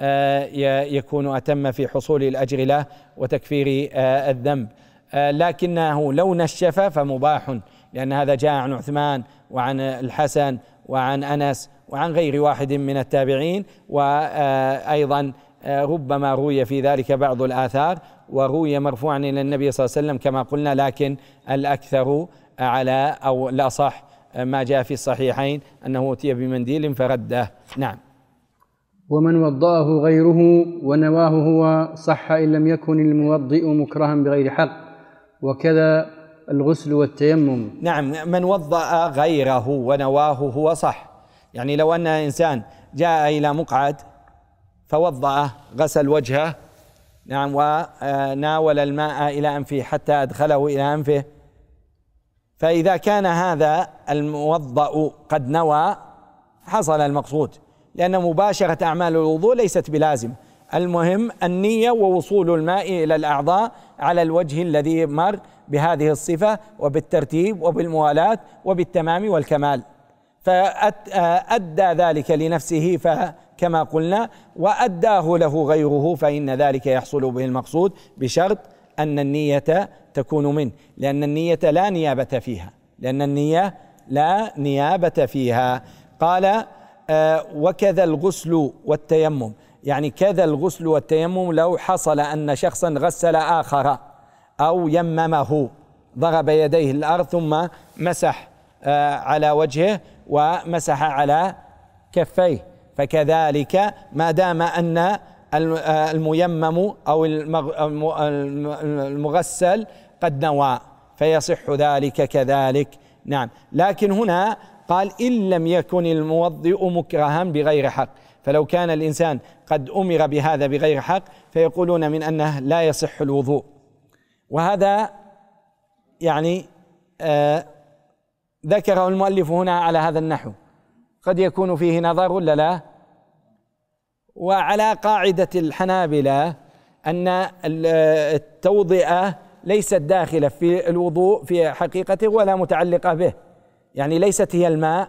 يكون أتم في حصول الأجر له وتكفير الذنب. لكنه لو نشف فمباح، لأن هذا جاء عن عثمان وعن الحسن وعن أنس وعن غير واحد من التابعين، وأيضا ربما روي في ذلك بعض الآثار، وروي مرفوعا إلى النبي صلى الله عليه وسلم كما قلنا، لكن الأكثر على أو الأصح ما جاء في الصحيحين أنه أتي بمنديل فرده. نعم. ومن وضأه غيره ونواه هو صح إن لم يكن الموضئ مكرها بغير حق، وكذا الغسل والتيمم. نعم، من وضأ غيره ونواه هو صح، يعني لو أن إنسان جاء إلى مقعد فوضأه غسل وجهه، نعم، وناول الماء إلى أنفه حتى أدخله إلى أنفه، فإذا كان هذا الموضأ قد نوى حصل المقصود، لأن مباشرة أعمال الوضوء ليست بلازم، المهم النية ووصول الماء إلى الأعضاء على الوجه الذي مر بهذه الصفة وبالترتيب وبالموالاة وبالتمام والكمال، فأدى ذلك لنفسه كما قلنا، وأداه له غيره، فإن ذلك يحصل به المقصود بشرط أن النية تكون منه، لأن النية لا نيابة فيها. قال: وكذا الغسل والتيمم، يعني كذا الغسل والتيمم لو حصل أن شخصا غسل آخر أو يممه، ضرب يديه الأرض ثم مسح على وجهه ومسح على كفيه، فكذلك ما دام أن الميمم أو المغسل قد نوى فيصح ذلك كذلك نعم. لكن هنا قال إن لم يكن الموضئ مكرها بغير حق، فلو كان الإنسان قد أمر بهذا بغير حق فيقولون من أنه لا يصح الوضوء. وهذا يعني ذكره المؤلف هنا على هذا النحو، قد يكون فيه نظر ولا لا. وعلى قاعدة الحنابلة أن التوضئة ليست داخلة في الوضوء في حقيقته ولا متعلقة به، يعني ليست هي الماء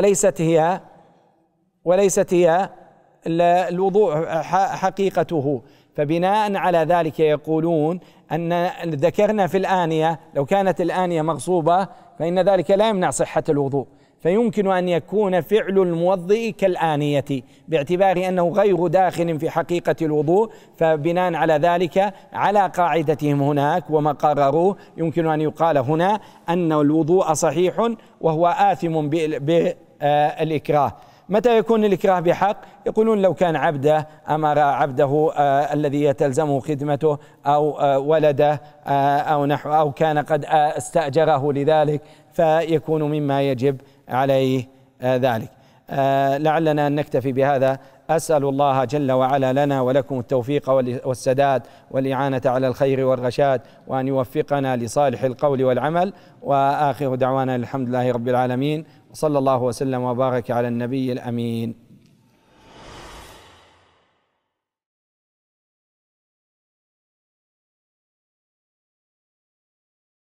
وليست هي الوضوء حقيقته. فبناء على ذلك يقولون أن ذكرنا في الآنية لو كانت الآنية مغصوبة فإن ذلك لا يمنع صحة الوضوء، فيمكن أن يكون فعل الموضئ كالآنية باعتبار أنه غير داخل في حقيقة الوضوء. فبناء على ذلك على قاعدتهم هناك وما قرروا يمكن أن يقال هنا أن الوضوء صحيح وهو آثم بالإكراه. متى يكون الإكراه بحق؟ يقولون لو كان عبده أمر عبده الذي يتلزمه خدمته أو ولده أو نحو، أو كان قد استأجره لذلك، فيكون مما يجب عليه ذلك. لعلنا أن نكتفي بهذا. أسأل الله جل وعلا لنا ولكم التوفيق والسداد والإعانة على الخير والرشاد، وأن يوفقنا لصالح القول والعمل. وآخر دعوانا الحمد لله رب العالمين، وصلى الله وسلم وبارك على النبي الأمين.